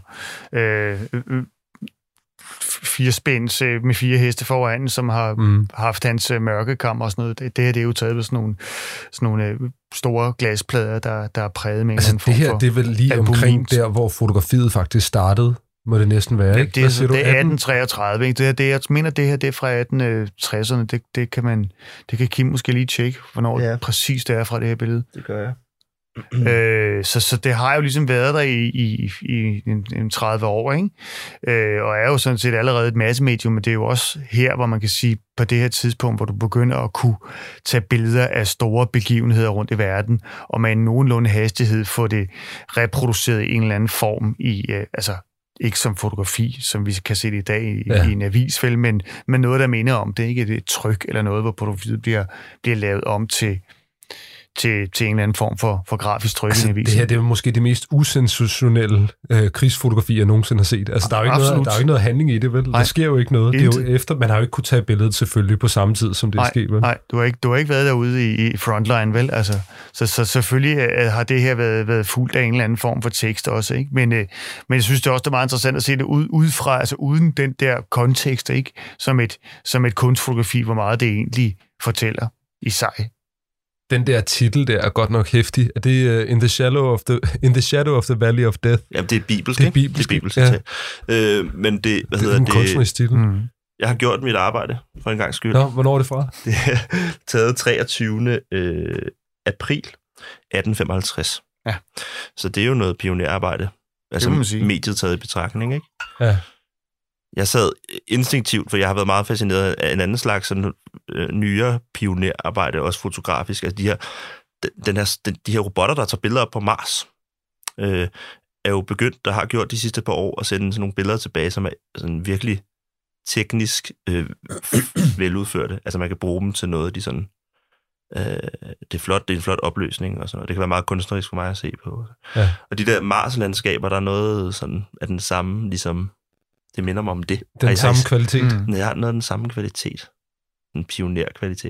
4 spænds med 4 heste foran, som har haft hans mørkekammer og sådan noget. Det her, det er jo taget ved sådan nogle store glasplader, der er præget med altså, det her, det er vel lige omkring der, hvor fotografiet faktisk startede, må det næsten være, ikke? Det er 1833, ikke? Jeg mener, det her det er fra 1860'erne. Det kan Kim måske lige tjekke, hvornår præcis det er fra det her billede. Det gør jeg. Så det har jo ligesom været der i en 30 år, ikke? Og er jo sådan set allerede et massemedium, men det er jo også her, hvor man kan sige, på det her tidspunkt, hvor du begynder at kunne tage billeder af store begivenheder rundt i verden, og med en nogenlunde hastighed få det reproduceret i en eller anden form altså ikke som fotografi, som vi kan se det i dag i en avisfilm, men noget, der minder om det, ikke et tryk eller noget, hvor fotografiet bliver lavet om til en eller anden form for grafisk tryk i en avis. Det her, det er måske det mest usensationelle krigsfotografi, jeg nogensinde har set. Altså, der er jo ikke noget handling i det, vel? Nej. Der sker jo ikke noget. Det er jo efter, man har jo ikke kunnet tage billedet selvfølgelig på samme tid, som det er sket, vel? Nej, du har ikke været derude i frontline, vel? Altså, så selvfølgelig har det her været fuldt af en eller anden form for tekst også, ikke? Men jeg synes, det er også meget interessant at se det udefra, altså uden den der kontekst, ikke? Som et kunstfotografi, hvor meget det egentlig fortæller i sig. Den der titel der er godt nok hæftig. Er det In the Shadow of the Valley of Death? Ja, det er bibelsk. Det er bibelsk, ja. Men det, hvad hedder det? En kunstnerisk titel. Jeg har gjort mit arbejde for en gang skyld. Nå, hvornår er det fra? Det er taget 23. april 1855. Ja. Så det er jo noget pionerarbejde. Altså mediet taget i betragtning, ikke? Ja. Jeg sad instinktivt, for jeg har været meget fascineret af en anden slags sådan, nyere pionerarbejde, også fotografisk. Altså de her robotter, der tager billeder op på Mars, er jo begyndt, der har gjort de sidste par år, at sende sådan nogle billeder tilbage, som er sådan virkelig teknisk veludførte. Altså man kan bruge dem til noget, de sådan... det er flot, det er en flot opløsning og sådan noget. Det kan være meget kunstnerisk for mig at se på. Ja. Og de der Mars-landskaber, der er noget sådan af den samme, ligesom... Det minder mig om det. Den samme kvalitet. Jeg har noget af den samme kvalitet. En pionerkvalitet.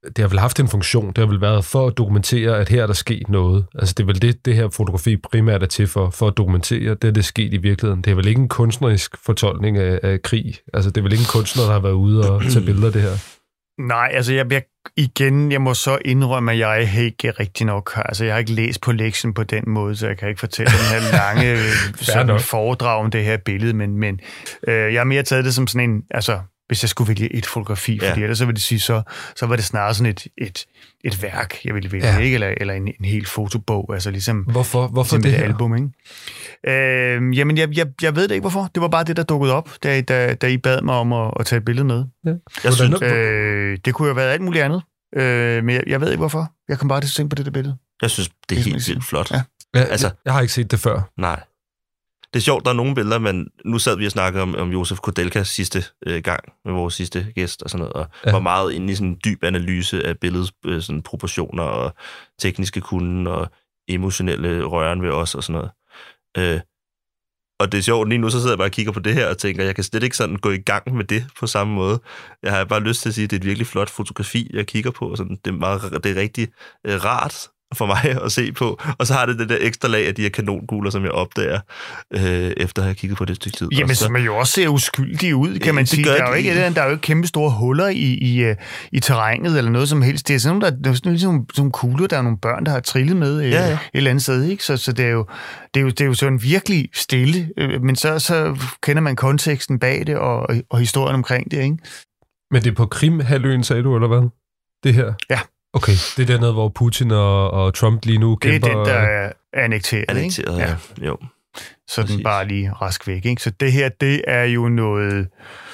det har vel haft en funktion. Det har vel været for at dokumentere, at her er der sket noget. Altså det er vel det her fotografi primært er til for at dokumentere, det er sket i virkeligheden. Det er vel ikke en kunstnerisk fortolkning af krig. Altså det er vel ikke en kunstner, der har været ude og tage billeder af det her. Nej, altså jeg må så indrømme, at jeg ikke rigtig nok. Altså jeg har ikke læst på lektien på den måde, så jeg kan ikke fortælle den her lange foredrag om det her billede, men jeg har mere taget det som sådan en, altså hvis jeg skulle vælge et fotografi, fordi ellers så vil det sige, så var det snarere sådan et værk, jeg ville vælge, ikke? Eller en hel fotobog, altså ligesom... Hvorfor ligesom det et her? album, ikke? Jamen, jeg ved det ikke, hvorfor. Det var bare det, der dukkede op, da I bad mig om at tage et billede med. Ja. Jeg synes, det kunne jo have været alt muligt andet, men jeg ved ikke, hvorfor. Jeg kom bare til at tænke på det der billede. Jeg synes, det er helt vildt flot. Ja. Altså, jeg har ikke set det før. Nej. Det er sjovt, der er nogle billeder, men nu sad vi og snakkede om Josef Koudelka sidste gang med vores sidste gæst og sådan noget, og var meget inde i sådan en dyb analyse af billedets sådan proportioner og tekniske kunden og emotionelle røren ved os og sådan noget. Og det er sjovt, lige nu så sidder jeg bare og kigger på det her og tænker, jeg kan slet ikke sådan gå i gang med det på samme måde. Jeg har bare lyst til at sige, at det er et virkelig flot fotografi, jeg kigger på. Sådan, det er rigtig rart for mig at se på. Og så har det der ekstra lag af de her kanonkugler, som jeg opdager, efter at have kigget på det stykke tid. Jamen, som jo også ser uskyldige ud, kan man sige. Der er jo ikke kæmpe store huller i terrænet eller noget som helst. Det er sådan nogle, der er sådan ligesom kugler, der er nogle børn, der har trillet med et eller andet sted, ikke? Så det er jo sådan virkelig stille, men så kender man konteksten bag det og historien omkring det, ikke? Men det er på Krim-halvøen, sagde du, eller hvad? Det her? Ja. Okay, det er dernede, hvor Putin og Trump lige nu kæmper... Det er den, der er annekteret, ikke? Ja. Jo. Så den bare lige rask væk, ikke? Så det her, det er jo noget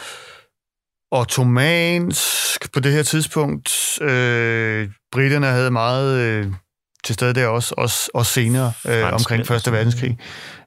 ottomansk på det her tidspunkt. Briterne havde meget til stede der også senere, omkring 1. verdenskrig.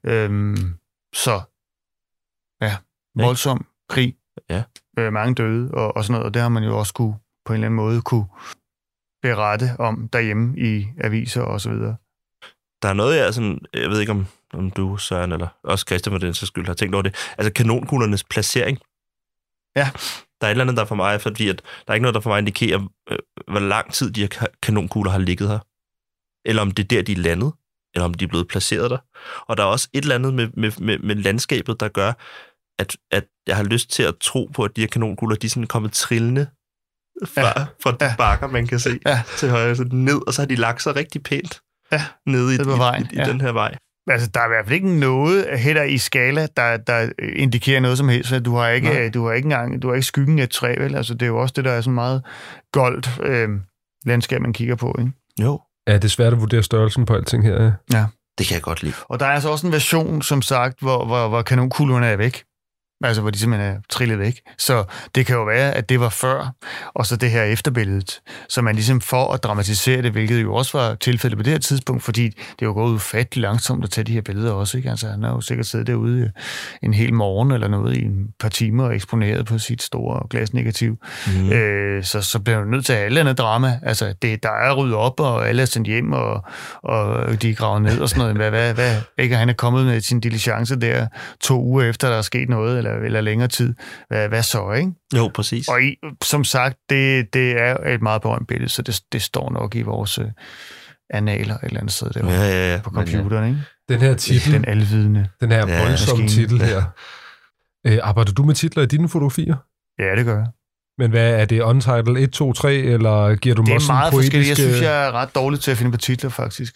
Så, ja, voldsom krig. Ja. Mange døde og sådan noget, og det har man jo også på en eller anden måde kunne berette om derhjemme i aviser og så videre. Der er noget, jeg ved ikke om du, Søren, eller også Christian for den sags skyld, har tænkt over det. Altså kanonkuglernes placering. Ja. Der er et eller andet, der for mig, fordi at der er ikke noget, der for mig indikerer, hvor lang tid de her kanonkugler har ligget her. Eller om det er der, de er landet, eller om de er blevet placeret der. Og der er også et eller andet med landskabet, der gør, at jeg har lyst til at tro på, at de her kanonkugler, de er sådan kommet trillende fra de bakker, man kan se til højre, så ned, og så har de lagt sig rigtig pænt nede i den her vej. Altså, der er i hvert fald ikke noget heller i skala, der indikerer noget som helst. Du har ikke skyggen af et træ, vel? Altså, det er jo også det, der er sådan meget goldt landskab, man kigger på, ikke? Jo. Ja, det er svært at vurdere størrelsen på alting her. Ja. Det kan jeg godt lide. Og der er altså også en version, som sagt, hvor kanonkuglerne er væk. Altså, hvor de simpelthen er trillet væk. Så det kan jo være, at det var før, og så det her efterbilledet. Så man ligesom for at dramatisere det, hvilket jo også var tilfældet på det her tidspunkt, fordi det er jo gået ufattelig langsomt at tage de her billeder også, ikke? Altså, han har jo sikkert siddet derude en hel morgen eller noget i en par timer og eksponeret på sit store glasnegativ. Så bliver man nødt til at have et eller andet drama. Altså, der er ryddet op, og alle er sendt hjem, og de er gravet ned og sådan noget. Hvad ikke? Han er kommet med sin diligence der 2 uger efter, der er sket noget, eller længere tid. Hvad så, ikke? Jo, præcis. Og som sagt, det er et meget berømt billede, så det står nok i vores analer et eller andet sted der på computeren, ikke? Den her titel, den alvidende. Den her voldsomme titel her. Arbejder du med titler i dine fotografier? Ja, det gør jeg. Men hvad er det? Untitled 1, 2, 3, eller giver du mig det er meget poetiske... forskelligt. Jeg synes, jeg er ret dårlig til at finde på titler, faktisk.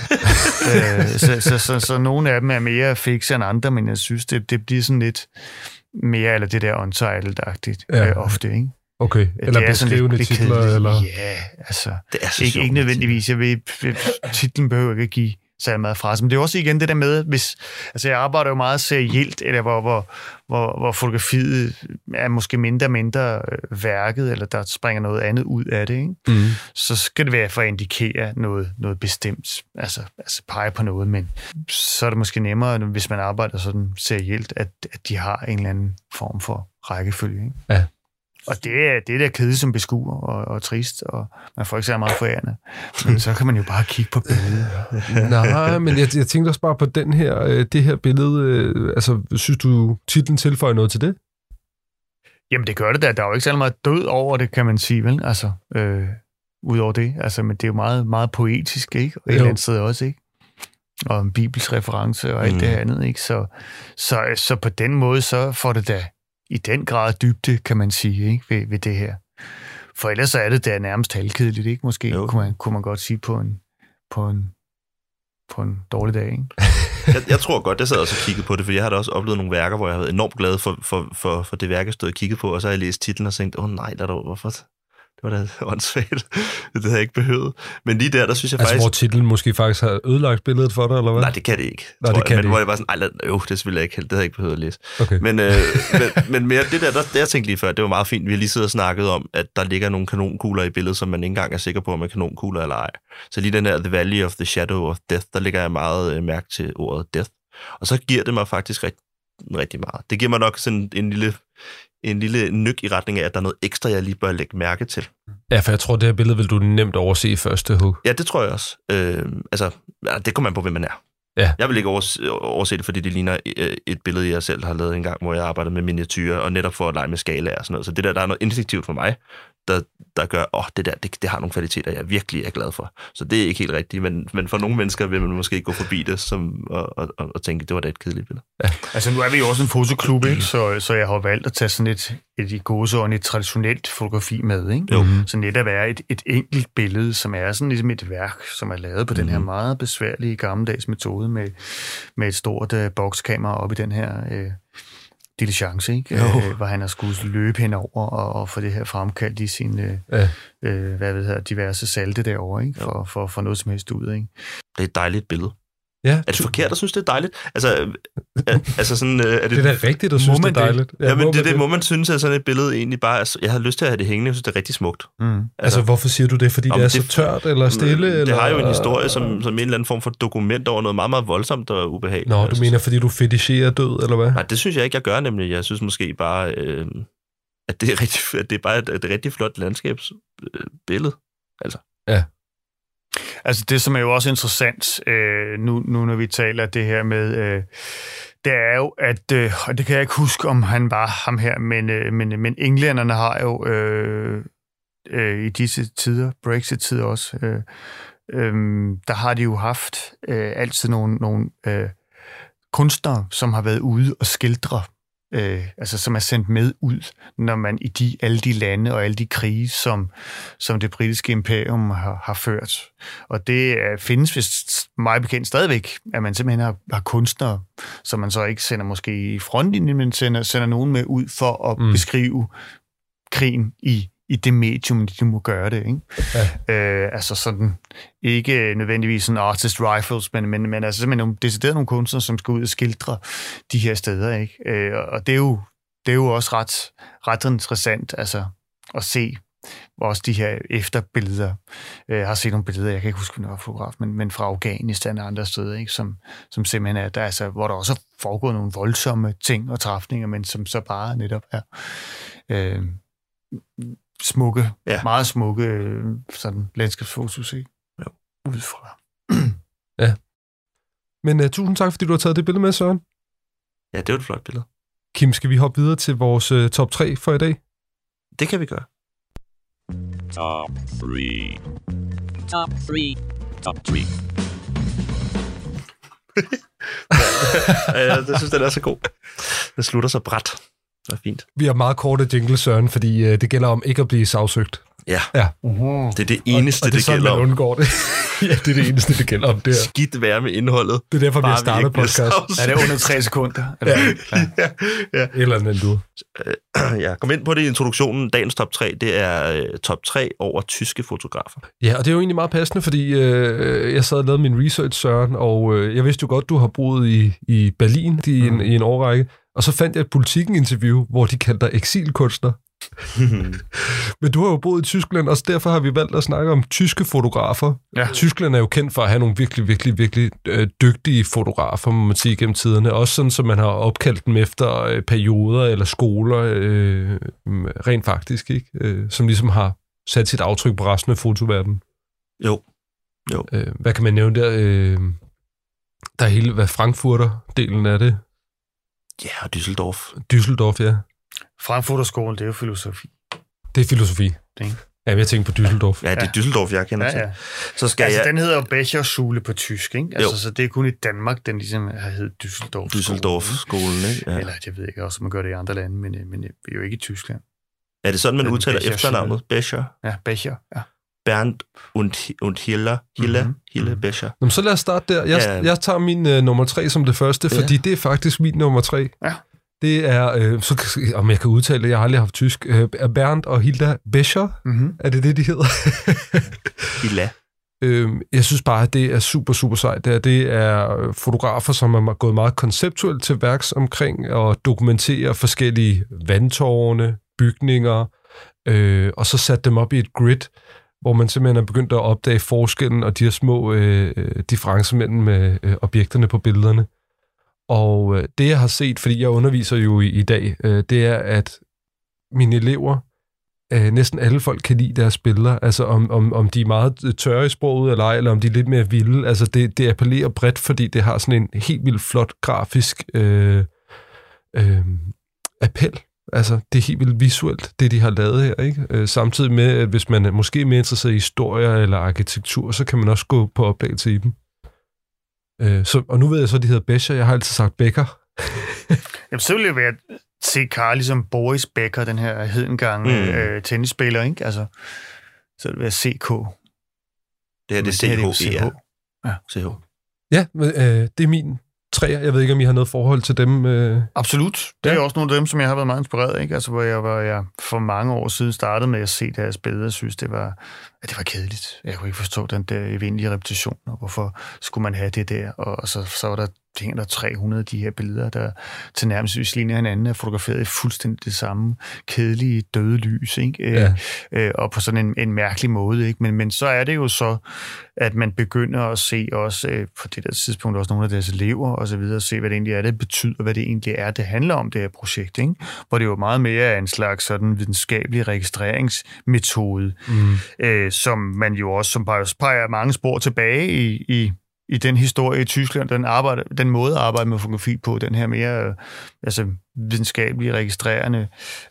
Altså. så nogle af dem er mere fikse end andre, men jeg synes, det bliver sådan lidt mere, eller det der untitled-agtigt ofte, ikke? Okay, eller beskrivende titler, eller... Ja, altså... Det er så ikke nødvendigvis. Titlen behøver ikke at give særlig meget fra sig. Men det er også igen det der med, hvis... Altså, jeg arbejder jo meget serielt, eller hvor fotografiet er måske mindre værket, eller der springer noget andet ud af det, ikke? Så skal det være for at indikere noget bestemt. Altså pege på noget, men så er det måske nemmere, hvis man arbejder sådan serielt, at de har en eller anden form for rækkefølge, ikke? Ja. Og det er der kedeligt som beskuer og trist, og man får ikke så meget forærende. Men så kan man jo bare kigge på billedet. Nej, men jeg tænkte også bare på det her billede. Altså, synes du, titlen tilføjer noget til det? Jamen, det gør det da. Der er jo ikke særlig meget død over det, kan man sige, vel? Altså, Udover det. Altså, men det er jo meget, meget poetisk, ikke? Og et eller andet sted også, ikke? Og en bibelsk reference og alt det andet, ikke? Så på den måde, så får det da i den grad dybde, kan man sige, ikke? Ved det her. For ellers så er det da nærmest halvkedeligt, ikke? Måske kunne man godt sige på en dårlig dag, ikke? jeg tror godt, jeg sad også og kiggede på det, for jeg har da også oplevet nogle værker, hvor jeg har været enormt glad for det værk, jeg stod og kiggede på, og så har jeg læst titlen og tænkt, nej, hvorfor? Det var da åndssvagt. Det havde jeg ikke behøvet. Men lige der synes jeg faktisk... Altså, hvor titlen måske faktisk har ødelagt billedet for dig, eller hvad? Nej, det kan det ikke. Nej, det kan men det hvor jeg bare sådan, det selvfølgelig jeg ikke helt. Det havde jeg ikke behøvet at læse. Okay. Men mere det der jeg tænkte lige før, det var meget fint. Vi har lige siddet og snakket om, at der ligger nogle kanonkugler i billedet, som man ikke engang er sikker på, om er kanonkugler eller ej. Så lige den her The Valley of the Shadow of Death, der ligger jeg meget mærke til ordet death. Og så giver det mig faktisk rigtig meget. Det giver mig nok sådan en lille nyk i retning af, at der er noget ekstra, jeg lige bør lægge mærke til. Ja, for jeg tror, det her billede vil du nemt overse i første hug. Ja, det tror jeg også. Det kommer man på, hvem man er. Ja. Jeg vil ikke overse det, fordi det ligner et billede, jeg selv har lavet en gang, hvor jeg arbejdede med miniatyrer, og netop for at lege med skalaer og sådan noget. Så det der er noget instinktivt for mig, der gør, det har nogle kvaliteter, jeg virkelig er glad for. Så det er ikke helt rigtigt, men for nogle mennesker vil man måske gå forbi det og tænke, det var da et kedeligt billede. Ja. Altså nu er vi jo også en fotoklub, ikke? Så jeg har valgt at tage sådan et i gåseøjne et traditionelt fotografi med, ikke? Så netop er et enkelt billede, som er sådan ligesom et værk, som er lavet på den her meget besværlige gammeldags metode med et stort bokskamera op i den her diligence, ikke? Hvor han har skulle løbe henover og få det her fremkaldt i sine diverse salte derovre, ikke? For at få noget som helst ud, ikke? Det er et dejligt billede. Ja. Er det forkert at synes, det er dejligt? Altså sådan, er det er da rigtigt at synes, det er dejligt. Ja, men det må man synes, at sådan et billede egentlig bare... Altså, jeg har lyst til at have det hængende, jeg synes, det er rigtig smukt. Altså, hvorfor siger du det? Fordi det er så tørt eller stille? Det har jo en historie som en eller anden form for dokument over noget meget, meget voldsomt og ubehageligt. Nå, du mener, fordi du feticherer død, eller hvad? Nej, det synes jeg ikke, jeg gør nemlig. Jeg synes måske bare, at det er bare et rigtig flot landskabsbillede. Altså. Ja. Altså det, som er jo også interessant, nu når vi taler det her med, det er jo, at, og det kan jeg ikke huske, om han var ham her, men englænderne har jo i disse tider, Brexit-tider også, der har de jo haft altid nogle kunstnere, som har været ude og skildre, altså som er sendt med ud, når man i alle de lande og alle de krige, som det britiske imperium har ført. Og det findes vist meget bekendt stadigvæk, at man simpelthen har kunstnere, som man så ikke sender måske i frontlinjen, men sender nogen med ud for at beskrive krigen i det medium, de må gøre det, ikke? Ja. Altså sådan, ikke nødvendigvis sådan artist rifles, men altså simpelthen decideret nogle kunstnere, som skal ud og skildre de her steder, ikke? Og det er jo også ret interessant, altså at se også de her efterbilleder. Jeg har set nogle billeder, jeg kan ikke huske, når fotograf, men fra Afghanistan og andre steder, ikke? Som simpelthen er der, altså, hvor der også er foregået nogle voldsomme ting og træfninger, men som så bare netop er smukke, meget smukke sådan landskabsfotos, ikke? Ja. Udefra. Ja. Men tusind tak, fordi du har taget det billede med, Søren. Ja, det var et flot billede. Kim, skal vi hoppe videre til vores top 3 for i dag? Det kan vi gøre. Top 3. Top 3. Top 3. Ja, jeg synes, den er så god. Det slutter så brat. Det er fint. Vi har meget korte jingle, Søren, fordi det gælder om ikke at blive sagsøgt. Ja. Det er det eneste, og det gælder om. Og det er sådan, man undgår det. Ja, det er det eneste, det gælder om. Det her. Skidt være med indholdet. Det er derfor, vi har startet podcast. Er det under 3 sekunder? Ja. Eller anden du. Ja, kom ind på det i introduktionen. Dagens top 3, det er top 3 over tyske fotografer. Ja, og det er jo egentlig meget passende, fordi jeg sad og lavede min research, Søren, og jeg vidste jo godt, du har boet i Berlin i en årrække. Og så fandt jeg et Politiken-interview, hvor de kaldte dig eksilkunstner. Men du har jo boet i Tyskland, og derfor har vi valgt at snakke om tyske fotografer. Ja. Tyskland er jo kendt for at have nogle virkelig, virkelig, virkelig dygtige fotografer, må man sige, gennem tiderne. Også sådan, som man har opkaldt dem efter perioder eller skoler, rent faktisk, ikke? Som ligesom har sat sit aftryk på resten af fotoverdenen. Jo. Hvad kan man nævne der? Der er hele, hvad Frankfurter-delen af det. Ja, og Düsseldorf. Düsseldorf, ja. Frankfurterskolen, det er jo filosofi. Det er filosofi. Ja, jeg tænker på Düsseldorf. Ja, det er Düsseldorf, jeg kender til. Så skal altså, jeg... den hedder jo Becherschule på tysk, ikke? Altså, så det er kun i Danmark, den ligesom har heddet Düsseldorf-skolen, ikke? Ja. Eller, jeg ved ikke også, man gør det i andre lande, men vi er jo ikke i Tyskland. Er det sådan, man udtaler efternavnet? Becher? Ja, Becher, ja. Bernd und Hille Becher. Jamen, så lad os starte der. Jeg tager min nummer 3 som det første, fordi det er faktisk min nummer 3. Ja. Det er, om jeg kan udtale det, jeg har aldrig haft tysk, Bernd og Hilda Becher. Mm-hmm. Er det, de hedder? Hilda. Jeg synes bare, at det er super, super sejt. Det er fotografer, som er gået meget konceptuelt til værks omkring at dokumentere forskellige vandtårne, bygninger, og så sat dem op i et grid, hvor man simpelthen er begyndt at opdage forskellen og de her små differencer mellem objekterne på billederne. Og det, jeg har set, fordi jeg underviser jo i dag, det er, at mine elever, næsten alle folk kan lide deres billeder. Altså om de er meget tørre i sproget eller ej, eller om de er lidt mere vilde. Altså det appellerer bredt, fordi det har sådan en helt vildt flot grafisk appel. Altså, det er helt vildt visuelt, det de har lavet her, ikke? Samtidig med, at hvis man måske er mere interesseret i historie eller arkitektur, så kan man også gå på opdagelse i dem. Og nu ved jeg så, at de hedder Becher. Jeg har altid sagt Becker. Jamen, så ville det være at se Karl ligesom Boris Becker, den her hedengange tennisspiller, ikke? Altså, så ville det være CK. Det her, det er CH. Ja. CH. Ja, det er min 3'er. Jeg ved ikke, om I har noget forhold til dem. Absolut. Det er også nogle af dem, som jeg har været meget inspireret, ikke? Altså, hvor jeg for mange år siden startede med at se deres billeder, og synes, det var kedeligt. Jeg kunne ikke forstå den der evindelige repetition, og hvorfor skulle man have det der? Og så var der hænger der 300 af de her billeder, der tilnærmelsesvis ligner hinanden, er fotograferet i fuldstændig det samme kedelige, døde lys, ikke? Og på sådan en mærkelig måde, ikke? Men så er det jo så, at man begynder at se også, på det der tidspunkt også nogle af deres elever, og så videre, se, hvad det egentlig er, det betyder, hvad det egentlig er, det handler om, det her projekt, ikke? Hvor det jo meget mere er en slags sådan videnskabelig registreringsmetode, som man jo også, som peger mange spor tilbage i den historie i Tyskland, den måde at arbejde med fotografi på, den her mere videnskabelige, registrerende,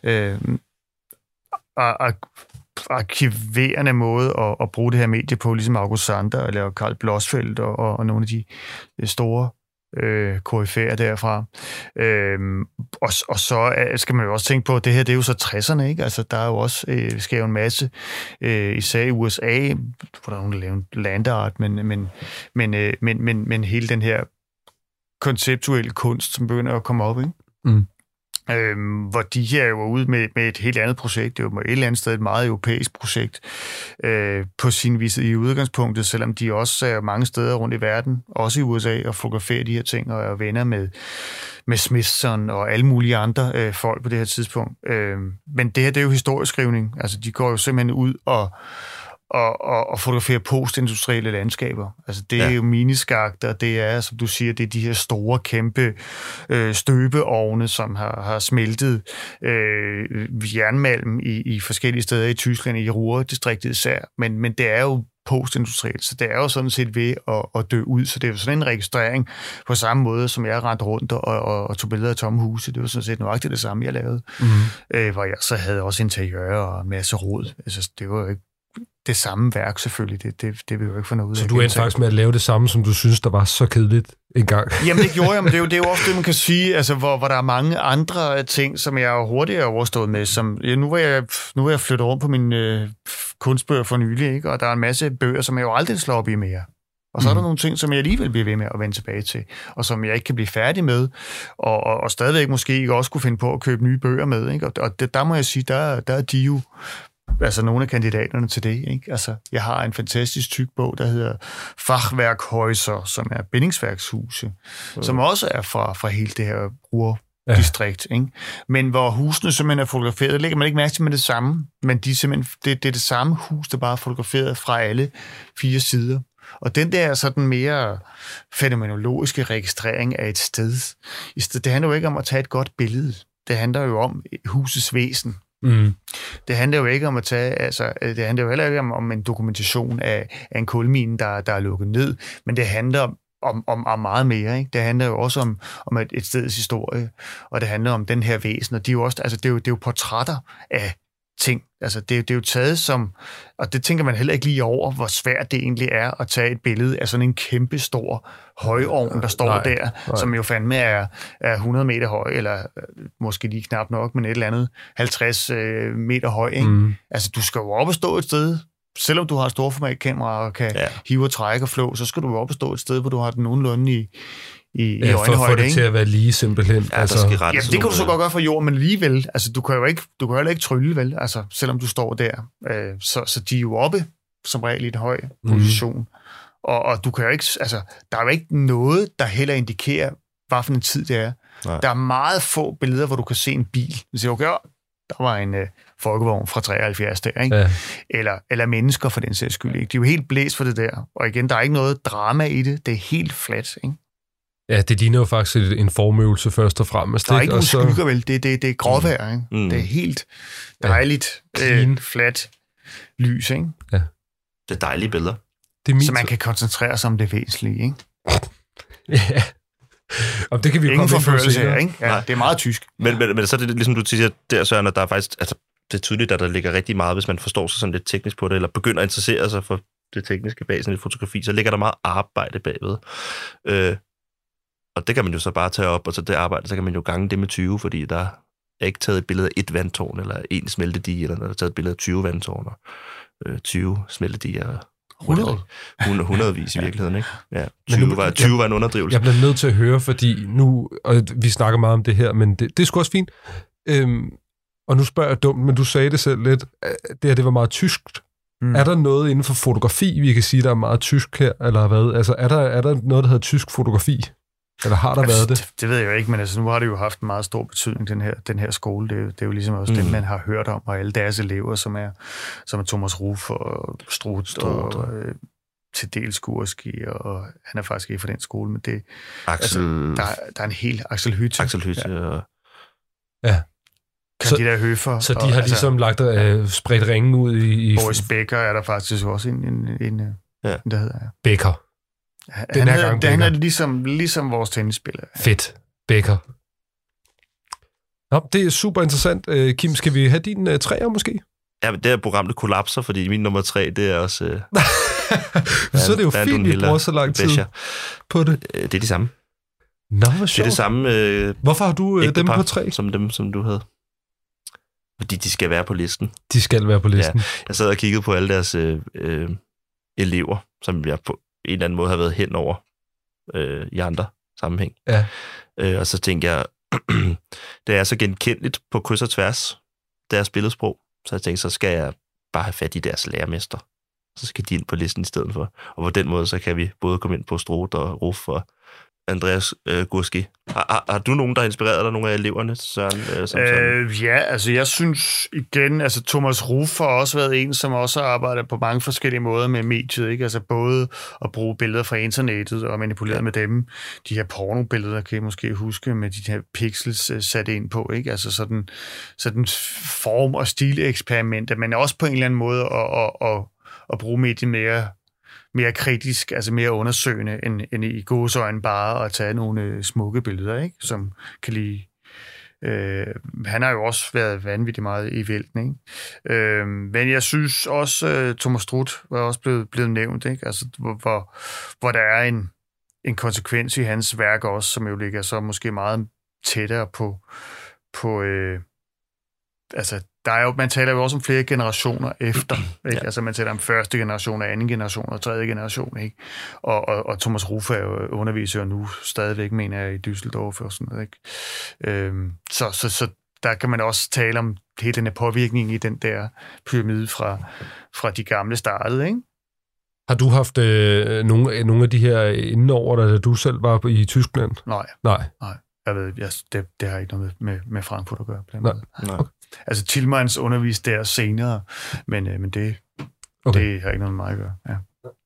arkiverende måde at bruge det her medie på, ligesom August Sander eller Karl Blossfeldt og nogle af de store koryfæer derfra. Og så skal man jo også tænke på, at det her, det er jo så 60'erne, ikke? Altså, der er jo også, sker jo en masse, især i USA, hvor der er nogen, der laver land art, men hele den her konceptuelle kunst, som begynder at komme op, ikke? Hvor de her jo var ude med et helt andet projekt. Det var et eller andet sted et meget europæisk projekt på sin vis i udgangspunktet, selvom de også er mange steder rundt i verden, også i USA, og fotograferer de her ting, og er venner med Smithson og alle mulige andre folk på det her tidspunkt. Men det her, det er jo historieskrivning. Altså, de går jo simpelthen ud og fotografere postindustrielle landskaber. Altså, det er jo miniskakter, det er, som du siger, det er de her store, kæmpe støbeovne, som har smeltet jernmalm i forskellige steder i Tyskland, i Ruhr-distriktet især. Men det er jo postindustrielt, så det er jo sådan set ved at dø ud. Så det er jo sådan en registrering på samme måde, som jeg rendte rundt og tog billeder af tomme huse. Det var sådan set nøjagtigt det samme, jeg lavede. Hvor jeg så havde også interiør og en masse rod. Altså, det var jo ikke det samme værk, selvfølgelig. Det vil jo ikke få noget ud af. Så du endte faktisk med at lave det samme, som du synes, der var så kedeligt engang? Jamen, det gjorde jeg, men det er jo ofte det, man kan sige, altså, hvor der er mange andre ting, som jeg jo hurtigere overstået med. Som, nu var jeg flyttet rundt på mine kunstbøger for nylig, ikke? Og der er en masse bøger, som jeg jo aldrig slår op i mere. Og så er der nogle ting, som jeg alligevel bliver ved med at vende tilbage til, og som jeg ikke kan blive færdig med, og stadigvæk måske ikke også kunne finde på at købe nye bøger med, ikke? Og der må jeg sige, der er de jo altså nogle af kandidaterne til det, ikke? Altså, jeg har en fantastisk tyk bog, der hedder Fachwerkhäuser, som er bindingsværkshuse, som også er fra hele det her Ruhr-distrikt, ikke? Men hvor husene simpelthen er fotograferet, lægger man ikke mærke til med det samme, men det er det samme hus, der bare er fotograferet fra alle 4 sider. Og den der sådan mere fænomenologiske registrering af et sted, det handler jo ikke om at tage et godt billede. Det handler jo om husets væsen. Det handler jo ikke om at tage, altså, det handler jo heller ikke om en dokumentation af en kulmine, der er lukket ned, men det handler om meget mere, ikke? Det handler jo også om et steds historie, og det handler om den her væsen, og de er jo også, altså, det er jo portrætter af ting. Altså, det er jo taget som, og det tænker man heller ikke lige over, hvor svært det egentlig er at tage et billede af sådan en kæmpe stor højovn, der står der, som jo fandme er 100 meter høj, eller måske lige knap nok, men et eller andet 50 meter høj. Ikke? Altså, du skal jo op og stå et sted, selvom du har et storformatkamera og kan hive og trække og flå, så skal du jo op og stå et sted, hvor du har den nogenlunde i øjenhøjde. For at få det til at være lige simpelthen. Ja, det kan du så godt gøre for jorden, men alligevel, altså du kan jo heller ikke trylle, vel, altså selvom du står der. Så de er jo oppe som regel i en høj position. Og du kan jo ikke, altså der er jo ikke noget, der heller indikerer, hvad for en tid det er. Nej. Der er meget få billeder, hvor du kan se en bil. Du siger, okay, der var en folkevogn fra 73 der, ikke? Ja. Eller mennesker for den sags skyld, ikke? De er jo helt blæst for det der. Og igen, der er ikke noget drama i det. Det er helt flat, ikke? Ja, det ligner jo faktisk en formøvelse først og fremmest. Der er ikke nogen skygger, vel? Det er gråvejr, ikke? Det er helt dejligt, flat lys, ikke? Ja. Det er dejlige billeder. Så man kan koncentrere sig om det væsentlige, ikke? Ja. Og det kan vi jo ingen forførelse her, ikke? Ja, det er meget tysk. Men så er det ligesom du siger der, Søren, at der er faktisk, altså, det er tydeligt, at der ligger rigtig meget, hvis man forstår sig sådan lidt teknisk på det, eller begynder at interessere sig for det tekniske bag sådan et fotografi, så ligger der meget arbejde bagved. Og det kan man jo så bare tage op, og så det arbejde, så kan man jo gange det med 20, fordi der er ikke taget et billede af et vandtårn, eller en smeltedige, eller der er taget et billede af 20 vandtårn, og 20 smeltediger. 100-vis i virkeligheden, ikke? Ja, 20 var en underdrivelse. Jeg bliver nødt til at høre, fordi nu, og vi snakker meget om det her, men det er sgu også fint. Og nu spørger jeg dumt, men du sagde det selv lidt, det var meget tyskt. Er der noget inden for fotografi, vi kan sige, der er meget tysk her, eller hvad? Altså, er der noget, der hedder tysk fotografi? Eller har der været det? Det ved jeg jo ikke, men altså, nu har det jo haft en meget stor betydning, den her skole. Det er jo ligesom også dem, man har hørt om, og alle deres elever, som er Thomas Ruff og Struth og til dels Gursky, og han er faktisk ikke fra den skole, men det... Axel... Altså, der er en hel Axel Hytte. Ja. Så de der Høfer. Så de har ligesom lagt spredt ringen ud i... Boris Becker er der faktisk også en der hedder... Becker. Han er ligesom vores tennisspiller. Fedt. Becker. Nå, det er super interessant. Kim, skal vi have din træer måske? Ja, men det her program, det kollapser, fordi min nummer 3, det er også... så er det jo fint, vi bruger så lang tid på det. Det er de samme. Nå, hvor sjovt. Det er det samme... Hvorfor har du dem på 3? Som dem, som du havde. Fordi de skal være på listen. De skal være på listen. Ja, jeg sad og kiggede på alle deres elever, som jeg på en eller anden måde har været hen over i andre sammenhæng. Ja. Og så tænkte jeg, det er så genkendeligt på kryds og tværs, deres billedsprog, så jeg tænkte, så skal jeg bare have fat i deres lærermester. Så skal de ind på listen i stedet for. Og på den måde, så kan vi både komme ind på Struth og Ruff og Andreas Gursky. Har du nogen, der har inspireret dig, nogle af eleverne, Søren? Ja, altså jeg synes igen, altså Thomas Ruff har også været en, som også har arbejdet på mange forskellige måder med mediet, ikke? Altså både at bruge billeder fra internettet og manipulere med dem. De her pornobilleder, kan I måske huske, med de her pixels sat ind på, ikke? Altså sådan form- og stileksperimenter, men også på en eller anden måde at bruge mediet mere kritisk, altså mere undersøgende, end i gåseøjne bare at tage nogle smukke billeder, ikke? Som kan lide... han har jo også været vanvittigt meget i vælten, ikke? Men jeg synes også, Thomas Struth var også blevet nævnt, ikke? Altså, hvor der er en konsekvens i hans værk også, som jo ligger så måske meget tættere på altså, man taler jo også om flere generationer efter, ikke? Ja. Altså, man taler om første generation, anden generation og tredje generation, ikke? Og Thomas Ruff er jo underviser nu stadigvæk, mener jeg, i Düsseldorf og sådan noget, ikke? Så der kan man også tale om hele den her påvirkning i den der pyramide fra de gamle startede, ikke? Har du haft nogle af de her indenover, da du selv var i Tyskland? Nej. Jeg ved, det har ikke noget med Frankfurt at gøre. Nej. Okay. Altså, Tillmans underviste der senere, men det har ikke noget med mig at gøre. Ja.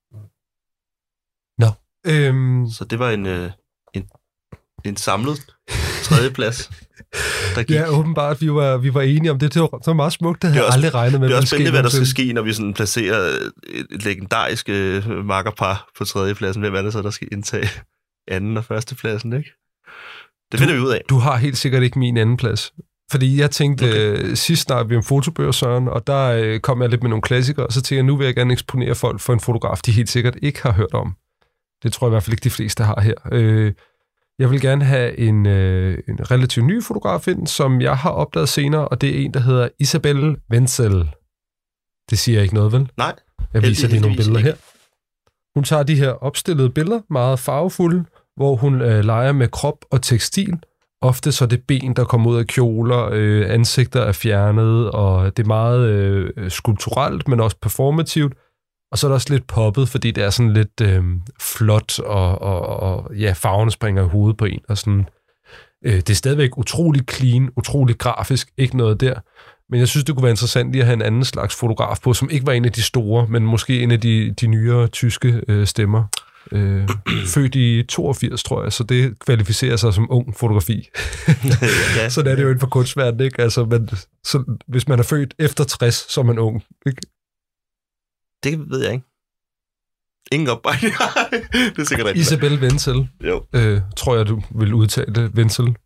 Nå. Så det var en samlet tredjeplads, der gik. Ja, åbenbart, vi var enige om det. Det var meget smukt, det havde jeg aldrig regnet med. Det er også spændende, hvad der skal ske, når vi sådan placerer et legendarisk makkerpar på tredjepladsen. Hvem er det så, der skal indtage anden og førstepladsen, ikke? Det finder vi ud af. Du har helt sikkert ikke min anden plads. Fordi jeg tænkte, sidst snakkede vi om fotobøger, Søren, og der kom jeg lidt med nogle klassikere, og så tænkte jeg, nu vil jeg gerne eksponere folk for en fotograf, de helt sikkert ikke har hørt om. Det tror jeg i hvert fald ikke, de fleste har her. Jeg vil gerne have en relativt ny fotograf ind, som jeg har opdaget senere, og det er en, der hedder Isabelle Wenzel. Det siger jeg ikke noget, vel? Nej. Jeg viser lige nogle billeder her. Hun tager de her opstillede billeder, meget farvefulde, hvor hun leger med krop og tekstil. Ofte så er det ben, der kommer ud af kjoler, ansigter er fjernet, og det er meget skulpturelt, men også performativt. Og så er der også lidt poppet, fordi det er sådan lidt flot, og ja, farverne springer i hovedet på en. Og sådan. Det er stadigvæk utrolig clean, utrolig grafisk, ikke noget der. Men jeg synes, det kunne være interessant lige at have en anden slags fotograf på, som ikke var en af de store, men måske en af de nyere tyske stemmer. Født i 82, tror jeg, så det kvalificerer sig som ung fotografi. Ja, sådan er det jo inden for kunstverdenen, ikke? Altså, så, hvis man er født efter 60, så er man ung, ikke? Det ved jeg ikke. Ingen opbejning. Det er sikkert rigtigt. Isabelle Wenzel. Jo. Tror jeg, du vil udtale det. Wenzel.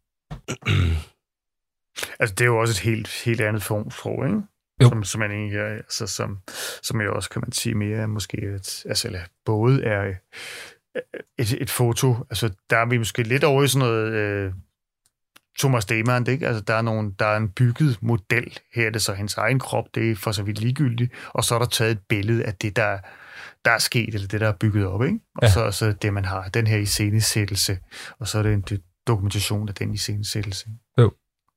Altså, det er jo også et helt andet formsprog, ikke? Som man egentlig er, altså, som jo også, kan man sige, mere måske, eller både er et foto. Altså, der er vi måske lidt over i sådan noget Thomas Demand, ikke? Altså, der er en bygget model her, det er så hendes egen krop, det er for så vidt ligegyldigt, og så er der taget et billede af det, der er sket, eller det, der er bygget op, ikke? Og så det, man har, den her iscenesættelse, og så er det en dokumentation af den iscenesættelse. Jo.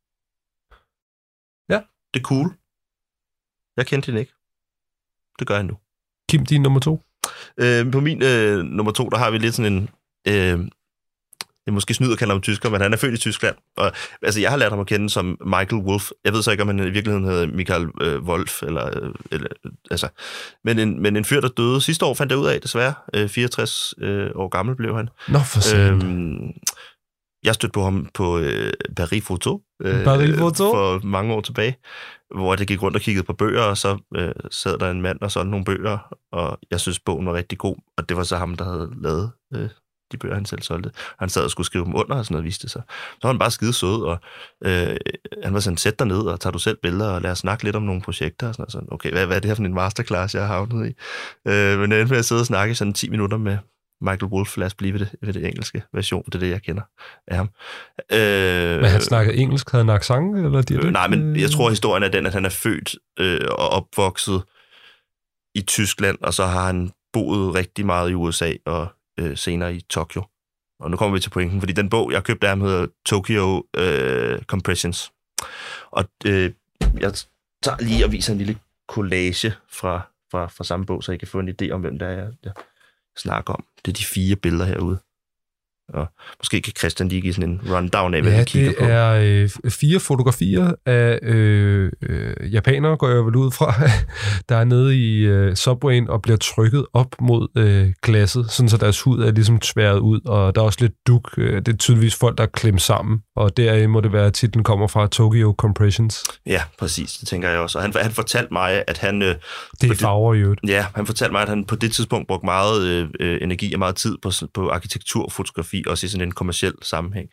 Ja. Det er cool. Jeg kendte hende ikke. Det gør jeg nu. Kim, din nummer 2? På min nummer 2, der har vi lidt sådan en... jeg måske snyder at kalde ham tysker, men han er født i Tyskland. Og, altså, jeg har lært ham at kende som Michael Wolf. Jeg ved så ikke, om han i virkeligheden hedder Michael Wolf, eller altså... Men en fyr, der døde sidste år, fandt jeg ud af, desværre. 64 år gammel blev han. Nå, for satan. Jeg stødte på ham på Paris Photo. For mange år tilbage, hvor det gik rundt og kiggede på bøger, og så sad der en mand og solgte nogle bøger, og jeg synes, bogen var rigtig god, og det var så ham, der havde lavet de bøger, han selv solgte. Han sad og skulle skrive dem under, og sådan noget, viste det sig. Så var han bare skide sød, og han var sådan, sæt dig ned, og tager du selv billeder, og lad os snakke lidt om nogle projekter, og sådan okay, hvad er det her for en masterclass, jeg har havnet i? Men jeg endte med at sidde og snakke sådan 10 minutter med Michael Wolf, lad os blive ved det engelske version, det er det, jeg kender af ham. Men han snakkede engelsk, havde han accent, eller dialekt? Nej, men jeg tror, historien er den, at han er født og opvokset i Tyskland, og så har han boet rigtig meget i USA, og senere i Tokyo. Og nu kommer vi til pointen, fordi den bog, jeg købte af ham, hedder Tokyo Compressions. Og jeg tager lige og viser en lille collage fra samme bog, så I kan få en idé om, hvem der er, jeg snakker om. Det er de 4 billeder herude. Og måske kan Christian lige give sådan en rundown af, hvad vi kigger på. Ja, det er 4 fotografier af japanere, går jeg vel ud fra, der er nede i subwayen og bliver trykket op mod glasset, sådan så deres hud er ligesom tværet ud, og der er også lidt duk. Det er tydeligvis folk, der er klemt sammen, og der må det være, at titlen kommer fra Tokyo Compressions. Ja, præcis. Det tænker jeg også. Og han fortalte mig, at han... det er farver jo. Ja, han fortalte mig, at han på det tidspunkt brugte meget energi og meget tid på arkitekturfotografi, også i sådan en kommerciel sammenhæng.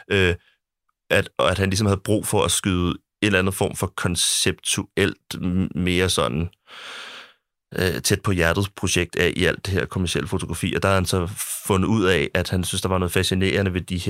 At han ligesom havde brug for at skyde en eller anden form for konceptuelt mere sådan tæt på hjertet projekt af i alt det her kommercielle fotografi. Og der havde han så fundet ud af, at han synes, der var noget fascinerende ved det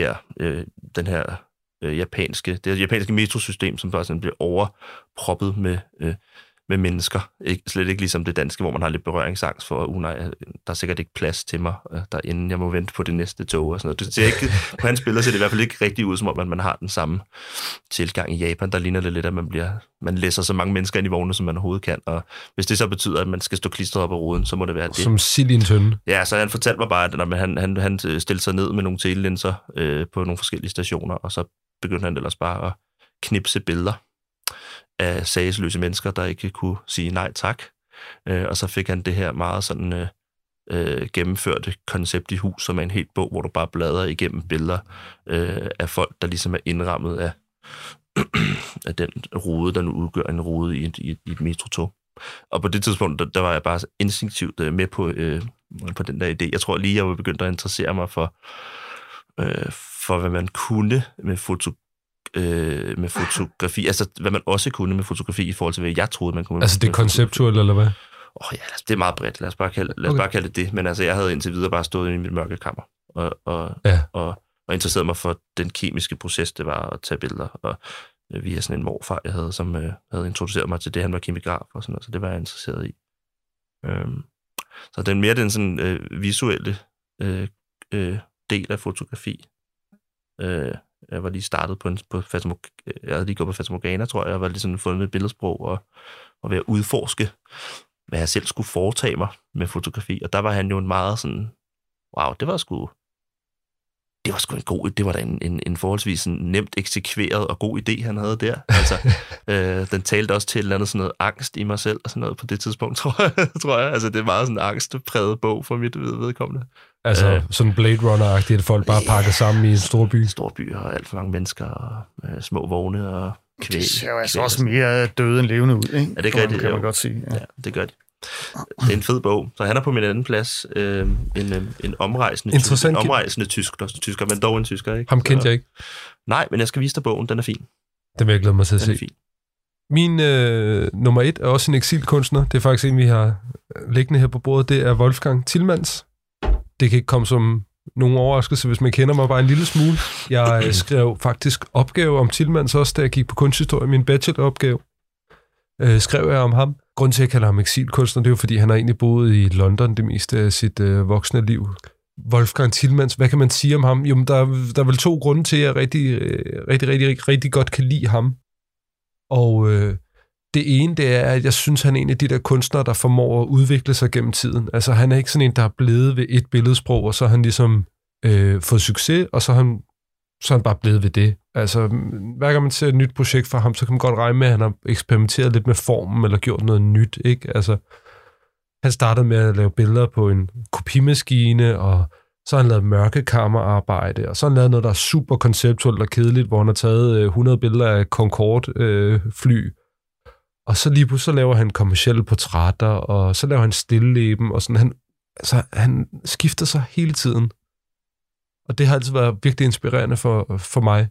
japanske metrosystem, som bare sådan blev overproppet med mennesker. Slet ikke ligesom det danske, hvor man har lidt berøringsangst for, nej, der er sikkert ikke plads til mig derinde, jeg må vente på det næste tog og sådan noget. Det ser ikke, på hans billeder ser det i hvert fald ikke rigtig ud, som om man har den samme tilgang i Japan. Der ligner det lidt, at man læser så mange mennesker ind i vogne, som man overhovedet kan, og hvis det så betyder, at man skal stå klistret op ad ruden, så må det være det. Som sild i en tønde. Ja, så han fortalte mig bare, at han stillede sig ned med nogle telelinser på nogle forskellige stationer, og så begyndte han ellers bare at knipse billeder af sagesløse mennesker, der ikke kunne sige nej tak. Og så fik han det her meget sådan gennemførte koncept i hus, som er en helt bog, hvor du bare bladrer igennem billeder af folk, der ligesom er indrammet af den rude, der nu udgør en rude i et metrotog. Og på det tidspunkt, der var jeg bare instinktivt med på den der idé. Jeg tror lige, jeg var begyndt at interessere mig for hvad man kunne med med fotografi. Altså, hvad man også kunne med fotografi i forhold til, hvad jeg troede, man kunne. Altså, det er konceptuelt, eller hvad? Ja, det er meget bredt. Lad os bare kalde det. Men altså, jeg havde indtil videre bare stået i mit mørke kammer og interesseret mig for den kemiske proces, det var at tage billeder. Og via sådan en morfar, jeg havde, som havde introduceret mig til det, han var kemograf og sådan noget, så det var jeg interesseret i. Så den mere den sådan visuelle del af fotografi. Jeg var lige startet på jeg havde lige gået på Fatamorgana, tror jeg. Jeg var lige sådan fundet et billedsprog og ved at udforske, hvad jeg selv skulle foretage mig med fotografi. Og der var han jo en meget sådan, wow, det var sgu en god idé. Det var da en forholdsvis sådan nemt eksekveret og god idé, han havde der. Altså, den talte også til et eller andet sådan noget angst i mig selv og sådan noget på det tidspunkt, tror jeg. Altså, det er meget sådan en angstpræget bog for mit vedkommende. Altså, sådan Blade Runner-agtigt, at folk bare pakker sammen i en stor by. Stor by og alt for mange mennesker og små vogne og kvæg. Det ser jo altså også mere døde end levende ud, ikke? Ja, det gør det. Kan man godt sige. Ja, det gør det. Det er en fed bog. Så han er på min anden plads en omrejsende tysker, men dog en tysker, ikke? Ham kendte jeg ikke. Nej, men jeg skal vise dig bogen. Den er fin. Den vil jeg glæde mig til at se. Min nummer 1 er også en eksilkunstner. Det er faktisk en, vi har liggende her på bordet. Det er Wolfgang Tillmans. Det kan ikke komme som nogen overraskelse, hvis man kender mig bare en lille smule. Jeg skrev faktisk opgave om Tillmans også, da jeg gik på kunsthistorie. Min bacheloropgave skrev jeg om ham. Grunden til, at jeg kalder ham eksilkunstner, det er jo, fordi han har egentlig boet i London det meste af sit voksne liv. Wolfgang Tillmans, hvad kan man sige om ham? Jo, der er vel 2 grunde til, at jeg rigtig godt kan lide ham. Og det ene, det er, at jeg synes, han er en af de der kunstnere, der formår at udvikle sig gennem tiden. Altså, han er ikke sådan en, der er blevet ved et billedsprog, og så har han ligesom fået succes, og så er han bare blevet ved det. Altså, hver gang man ser et nyt projekt fra ham, så kan man godt regne med, at han har eksperimenteret lidt med formen, eller gjort noget nyt, ikke? Altså, han startede med at lave billeder på en kopimaskine, og så har han lavet mørkekammerarbejde, og så har han lavet noget, der er super konceptuelt og kedeligt, hvor han har taget 100 billeder af Concorde-fly, og så lige pludselig laver han kommercielle portrætter, og så laver han stilleben, og sådan. Han skifter sig hele tiden. Og det har altid været virkelig inspirerende for mig.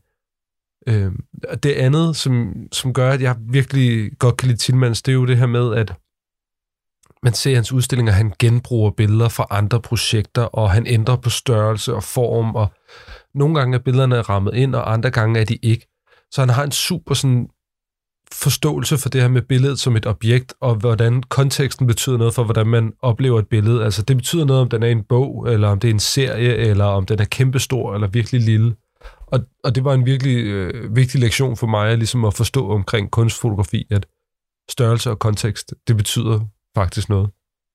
Det andet, som gør, at jeg virkelig godt kan lide Tillmans, det er jo det her med, at man ser hans udstillinger, han genbruger billeder fra andre projekter, og han ændrer på størrelse og form, og nogle gange er billederne rammet ind, og andre gange er de ikke. Så han har en super sådan forståelse for det her med billedet som et objekt, og hvordan konteksten betyder noget for, hvordan man oplever et billede. Altså, det betyder noget, om den er en bog, eller om det er en serie, eller om den er kæmpestor, eller virkelig lille. Og det var en virkelig vigtig lektion for mig, ligesom at forstå omkring kunstfotografi, at størrelse og kontekst, det betyder faktisk noget.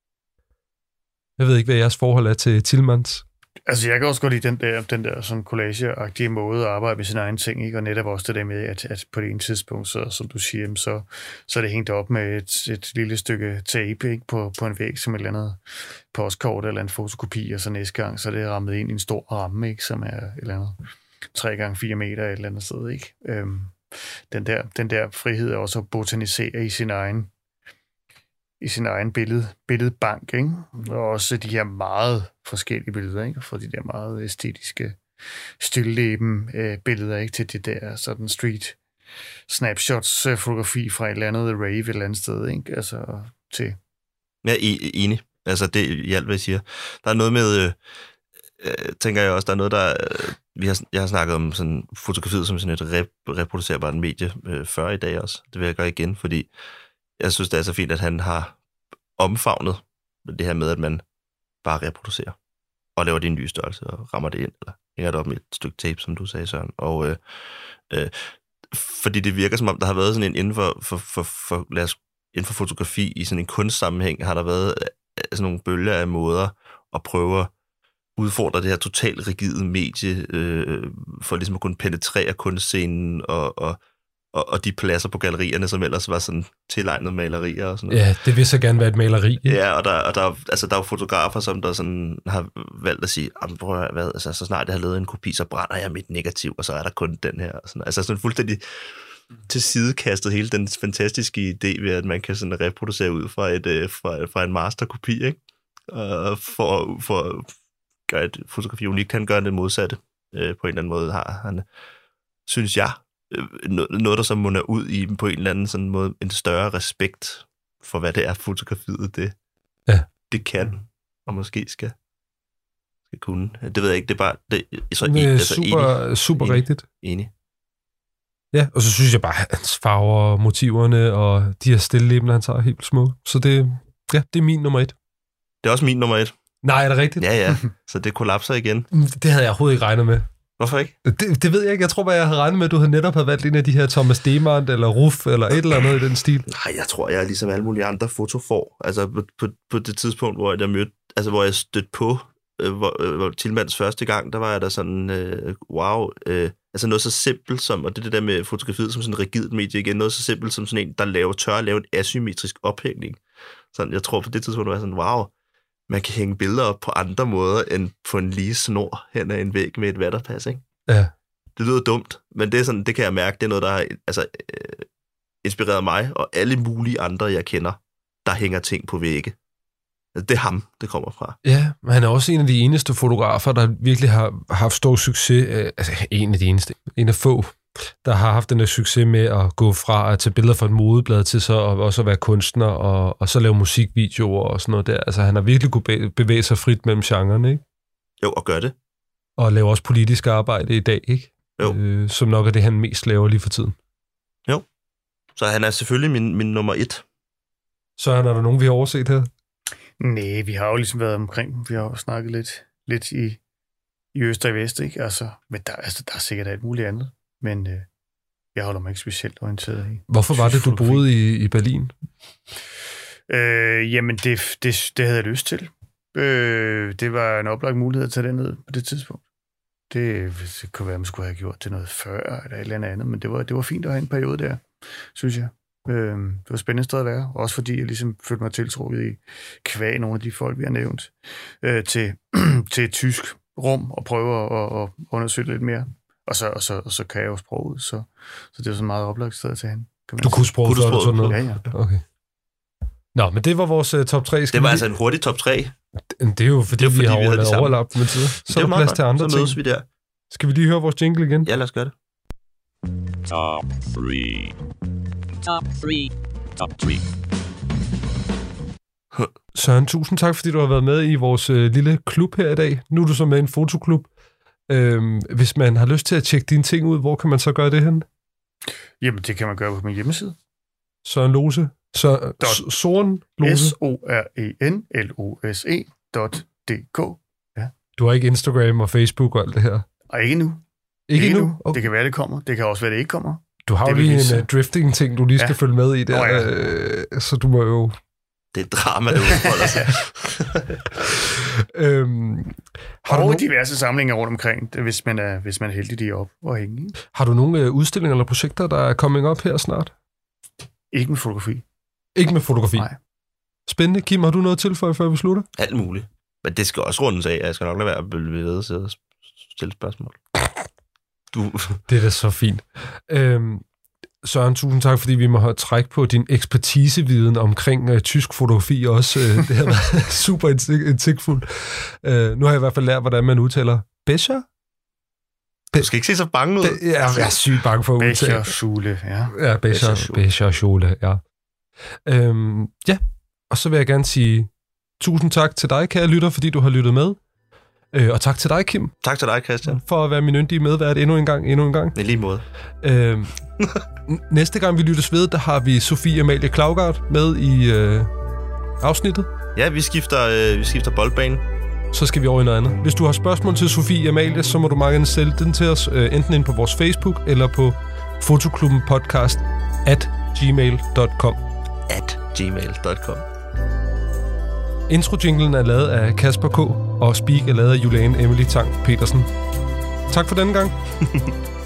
Jeg ved ikke, hvad jeres forhold er til Tillmans. Altså, jeg kan også godt lide den der sådan collage-agtige måde at arbejde med sin egen ting, ikke? Og netop også det der med, at på det ene tidspunkt, så, som du siger, så er det hængt op med et lille stykke tape, ikke? På en væg som et eller andet postkort eller en fotokopi, og så næste gang, så er det rammet ind i en stor ramme, ikke? Som er et eller andet 3x4 meter et eller andet sted, ikke? Den der frihed er også at botanisere i sin egen billedbank, ikke? Og også de her meget forskellige billeder, ikke? For de der meget æstetiske stilleben billeder, ikke? Til det der sådan street snapshots fotografi fra et eller andet rave et eller andet sted, ikke? Altså til... Ja, enig. Altså det i alt, hvad jeg siger. Der er noget med, tænker jeg også, der er noget, der... Jeg har snakket om sådan fotografiet som sådan et reproducerbart medie før i dag også. Det vil jeg gøre igen, fordi jeg synes, det er så fint, at han har omfavnet det her med, at man bare reproducerer og laver det i en ny størrelse og rammer det ind, eller hænger det op med et stykke tape, som du sagde, Søren. Og fordi det virker som om, der har været sådan en inden for fotografi i sådan en kunstsammenhæng, har der været sådan nogle bølger af måder at prøve at udfordre det her totalt rigide medie, for ligesom at kunne penetrere kunstscenen og de pladser på gallerierne, som ellers var sådan tilegnet malerier og sådan noget. Ja, det vil så gerne være et maleri. Ja, og der er jo fotografer, som der sådan har valgt at sige, prøv at hvad, altså, så snart jeg har lavet en kopi, så brænder jeg mit negativ, og så er der kun den her. Sådan. Altså sådan fuldstændig til sidekastet hele den fantastiske idé ved, at man kan sådan reproducere ud fra en masterkopi, ikke? For at gøre et fotografi unikt. Han gør det modsatte på en eller anden måde. Han, synes jeg, noget, der så munder ud i på en eller anden sådan måde, en større respekt for, hvad det er, fotografiet det kan, og måske skal kunne. Det ved jeg ikke, det er bare... Super rigtigt. Enig. Ja, og så synes jeg bare, hans farver, motiverne og de her stillelæbner, han tager helt små. Så det er min nummer 1. Det er også min nummer 1. Nej, er det rigtigt? Ja. Så det kollapser igen. Det havde jeg overhovedet ikke regnet med. Hvorfor ikke? Det ved jeg ikke. Jeg tror bare, jeg havde regnet med, at du netop havde valgt en af de her Thomas Demand eller Ruff eller et eller andet i den stil. Nej, jeg tror, jeg er ligesom alle mulige andre fotofor. Altså på det tidspunkt, hvor jeg stødte på hvor Tillmans første gang, der var jeg der sådan, wow, altså noget så simpelt som, og det der med fotografiet som sådan en rigidt medie igen, noget så simpelt som sådan en, der tør at lave en asymmetrisk ophængning. Sådan, jeg tror på det tidspunkt, var jeg sådan, wow, man kan hænge billeder op på andre måder, end på en lige snor hen ad en væg med et vatterpas, ikke? Ja. Det lyder dumt, men det er sådan, det kan jeg mærke, det er noget, der har inspireret mig, og alle mulige andre, jeg kender, der hænger ting på vægge. Det er ham, det kommer fra. Ja, men han er også en af de eneste fotografer, der virkelig har haft stor succes. Altså, en af de eneste. En af få, der har haft den der succes med at gå fra at tage billeder fra et modeblad til så også at være kunstner og så lave musikvideoer og sådan noget der. Altså, han har virkelig kunne bevæge sig frit mellem genrerne, ikke? Jo, og gør det. Og lave også politisk arbejde i dag, ikke? Jo. Som nok er det, han mest laver lige for tiden. Jo. Så han er selvfølgelig min nummer 1. Så er der nogen, vi har overset her? Nej, vi har jo ligesom været omkring. Vi har jo snakket lidt i øst og i vest, ikke? Altså, men der er sikkert alt muligt andet. Men jeg holder mig ikke specielt orienteret i. Hvorfor var det, du boede i Berlin? Jamen, det havde jeg lyst til. Det var en oplagt mulighed at tage det ned på det tidspunkt. Det kunne være, at man skulle have gjort det noget før, eller et eller andet, men det var fint at have en periode der, synes jeg. Det var et spændende sted at være, også fordi jeg ligesom følte mig tiltrukket i kvæg nogle af de folk, vi har nævnt, til et tysk rum og prøve at undersøge lidt mere. Og så kan jeg jo sproget, så det er sådan meget oplagt sted at tage hen. Du kunne sproget før du sådan noget? Ja. Okay. Nå, men det var vores top 3. Det var altså en hurtig top 3. Det er jo fordi, vi har overlap med tider. Så er der plads til andre ting. Så mødes vi der. Skal vi lige høre vores jingle igen? Ja, lad os gøre det. Top 3. Top 3. Top 3. Søren, tusind tak, fordi du har været med i vores lille klub her i dag. Nu er du så med i en fotoklub. Hvis man har lyst til at tjekke dine ting ud, hvor kan man så gøre det hen? Jamen, det kan man gøre på min hjemmeside. Søren Lose. Soren Lose. SORNLOSE.dk. Ja. Du har ikke Instagram og Facebook og alt det her? Og ikke nu. Ikke nu? Okay. Det kan være, det kommer. Det kan også være, det ikke kommer. Du har jo lige en drifting-ting, du lige skal følge med i der. Ja. Så du må jo... Det er drama, der udfolder sig. Har du diverse samlinger rundt omkring, hvis man er heldig, de er op og hænge. Ikke? Har du nogle udstillinger eller projekter, der er coming up her snart? Ikke med fotografi. Ikke med fotografi? Nej. Spændende. Kim, har du noget tilføje, før vi slutter? Alt muligt. Men det skal også rundes af. Jeg skal nok lade være at blive ved til at stille spørgsmål. Det er da så fint. Søren, tusind tak, fordi vi må have træk på din ekspertiseviden omkring tysk fotografi også. Det har været super indsigtfuldt. Nu har jeg i hvert fald lært, hvordan man udtaler Becher. Du skal ikke se så bange ud. Jeg er sygt bange for at udtale. Becherschule, ja. Ja, Becherschule, ja. Ja, og så vil jeg gerne sige tusind tak til dig, kære lytter, fordi du har lyttet med. Og tak til dig, Kim. Tak til dig, Christian. For at være min yndige medvært endnu en gang. I lige måde. Næste gang vi lyttes ved, der har vi Sofie Amalie Klaugard med i afsnittet. Ja, vi skifter boldbane. Så skal vi over i noget andet. Hvis du har spørgsmål til Sofie Amalie, så må du meget gerne sende den til os, enten ind på vores Facebook eller på fotoklubbenpodcast@gmail.com. @gmail.com. Intro-jinglen er lavet af Kasper K. og Speak er lavet af Juliane Emily Tang Petersen. Tak for denne gang.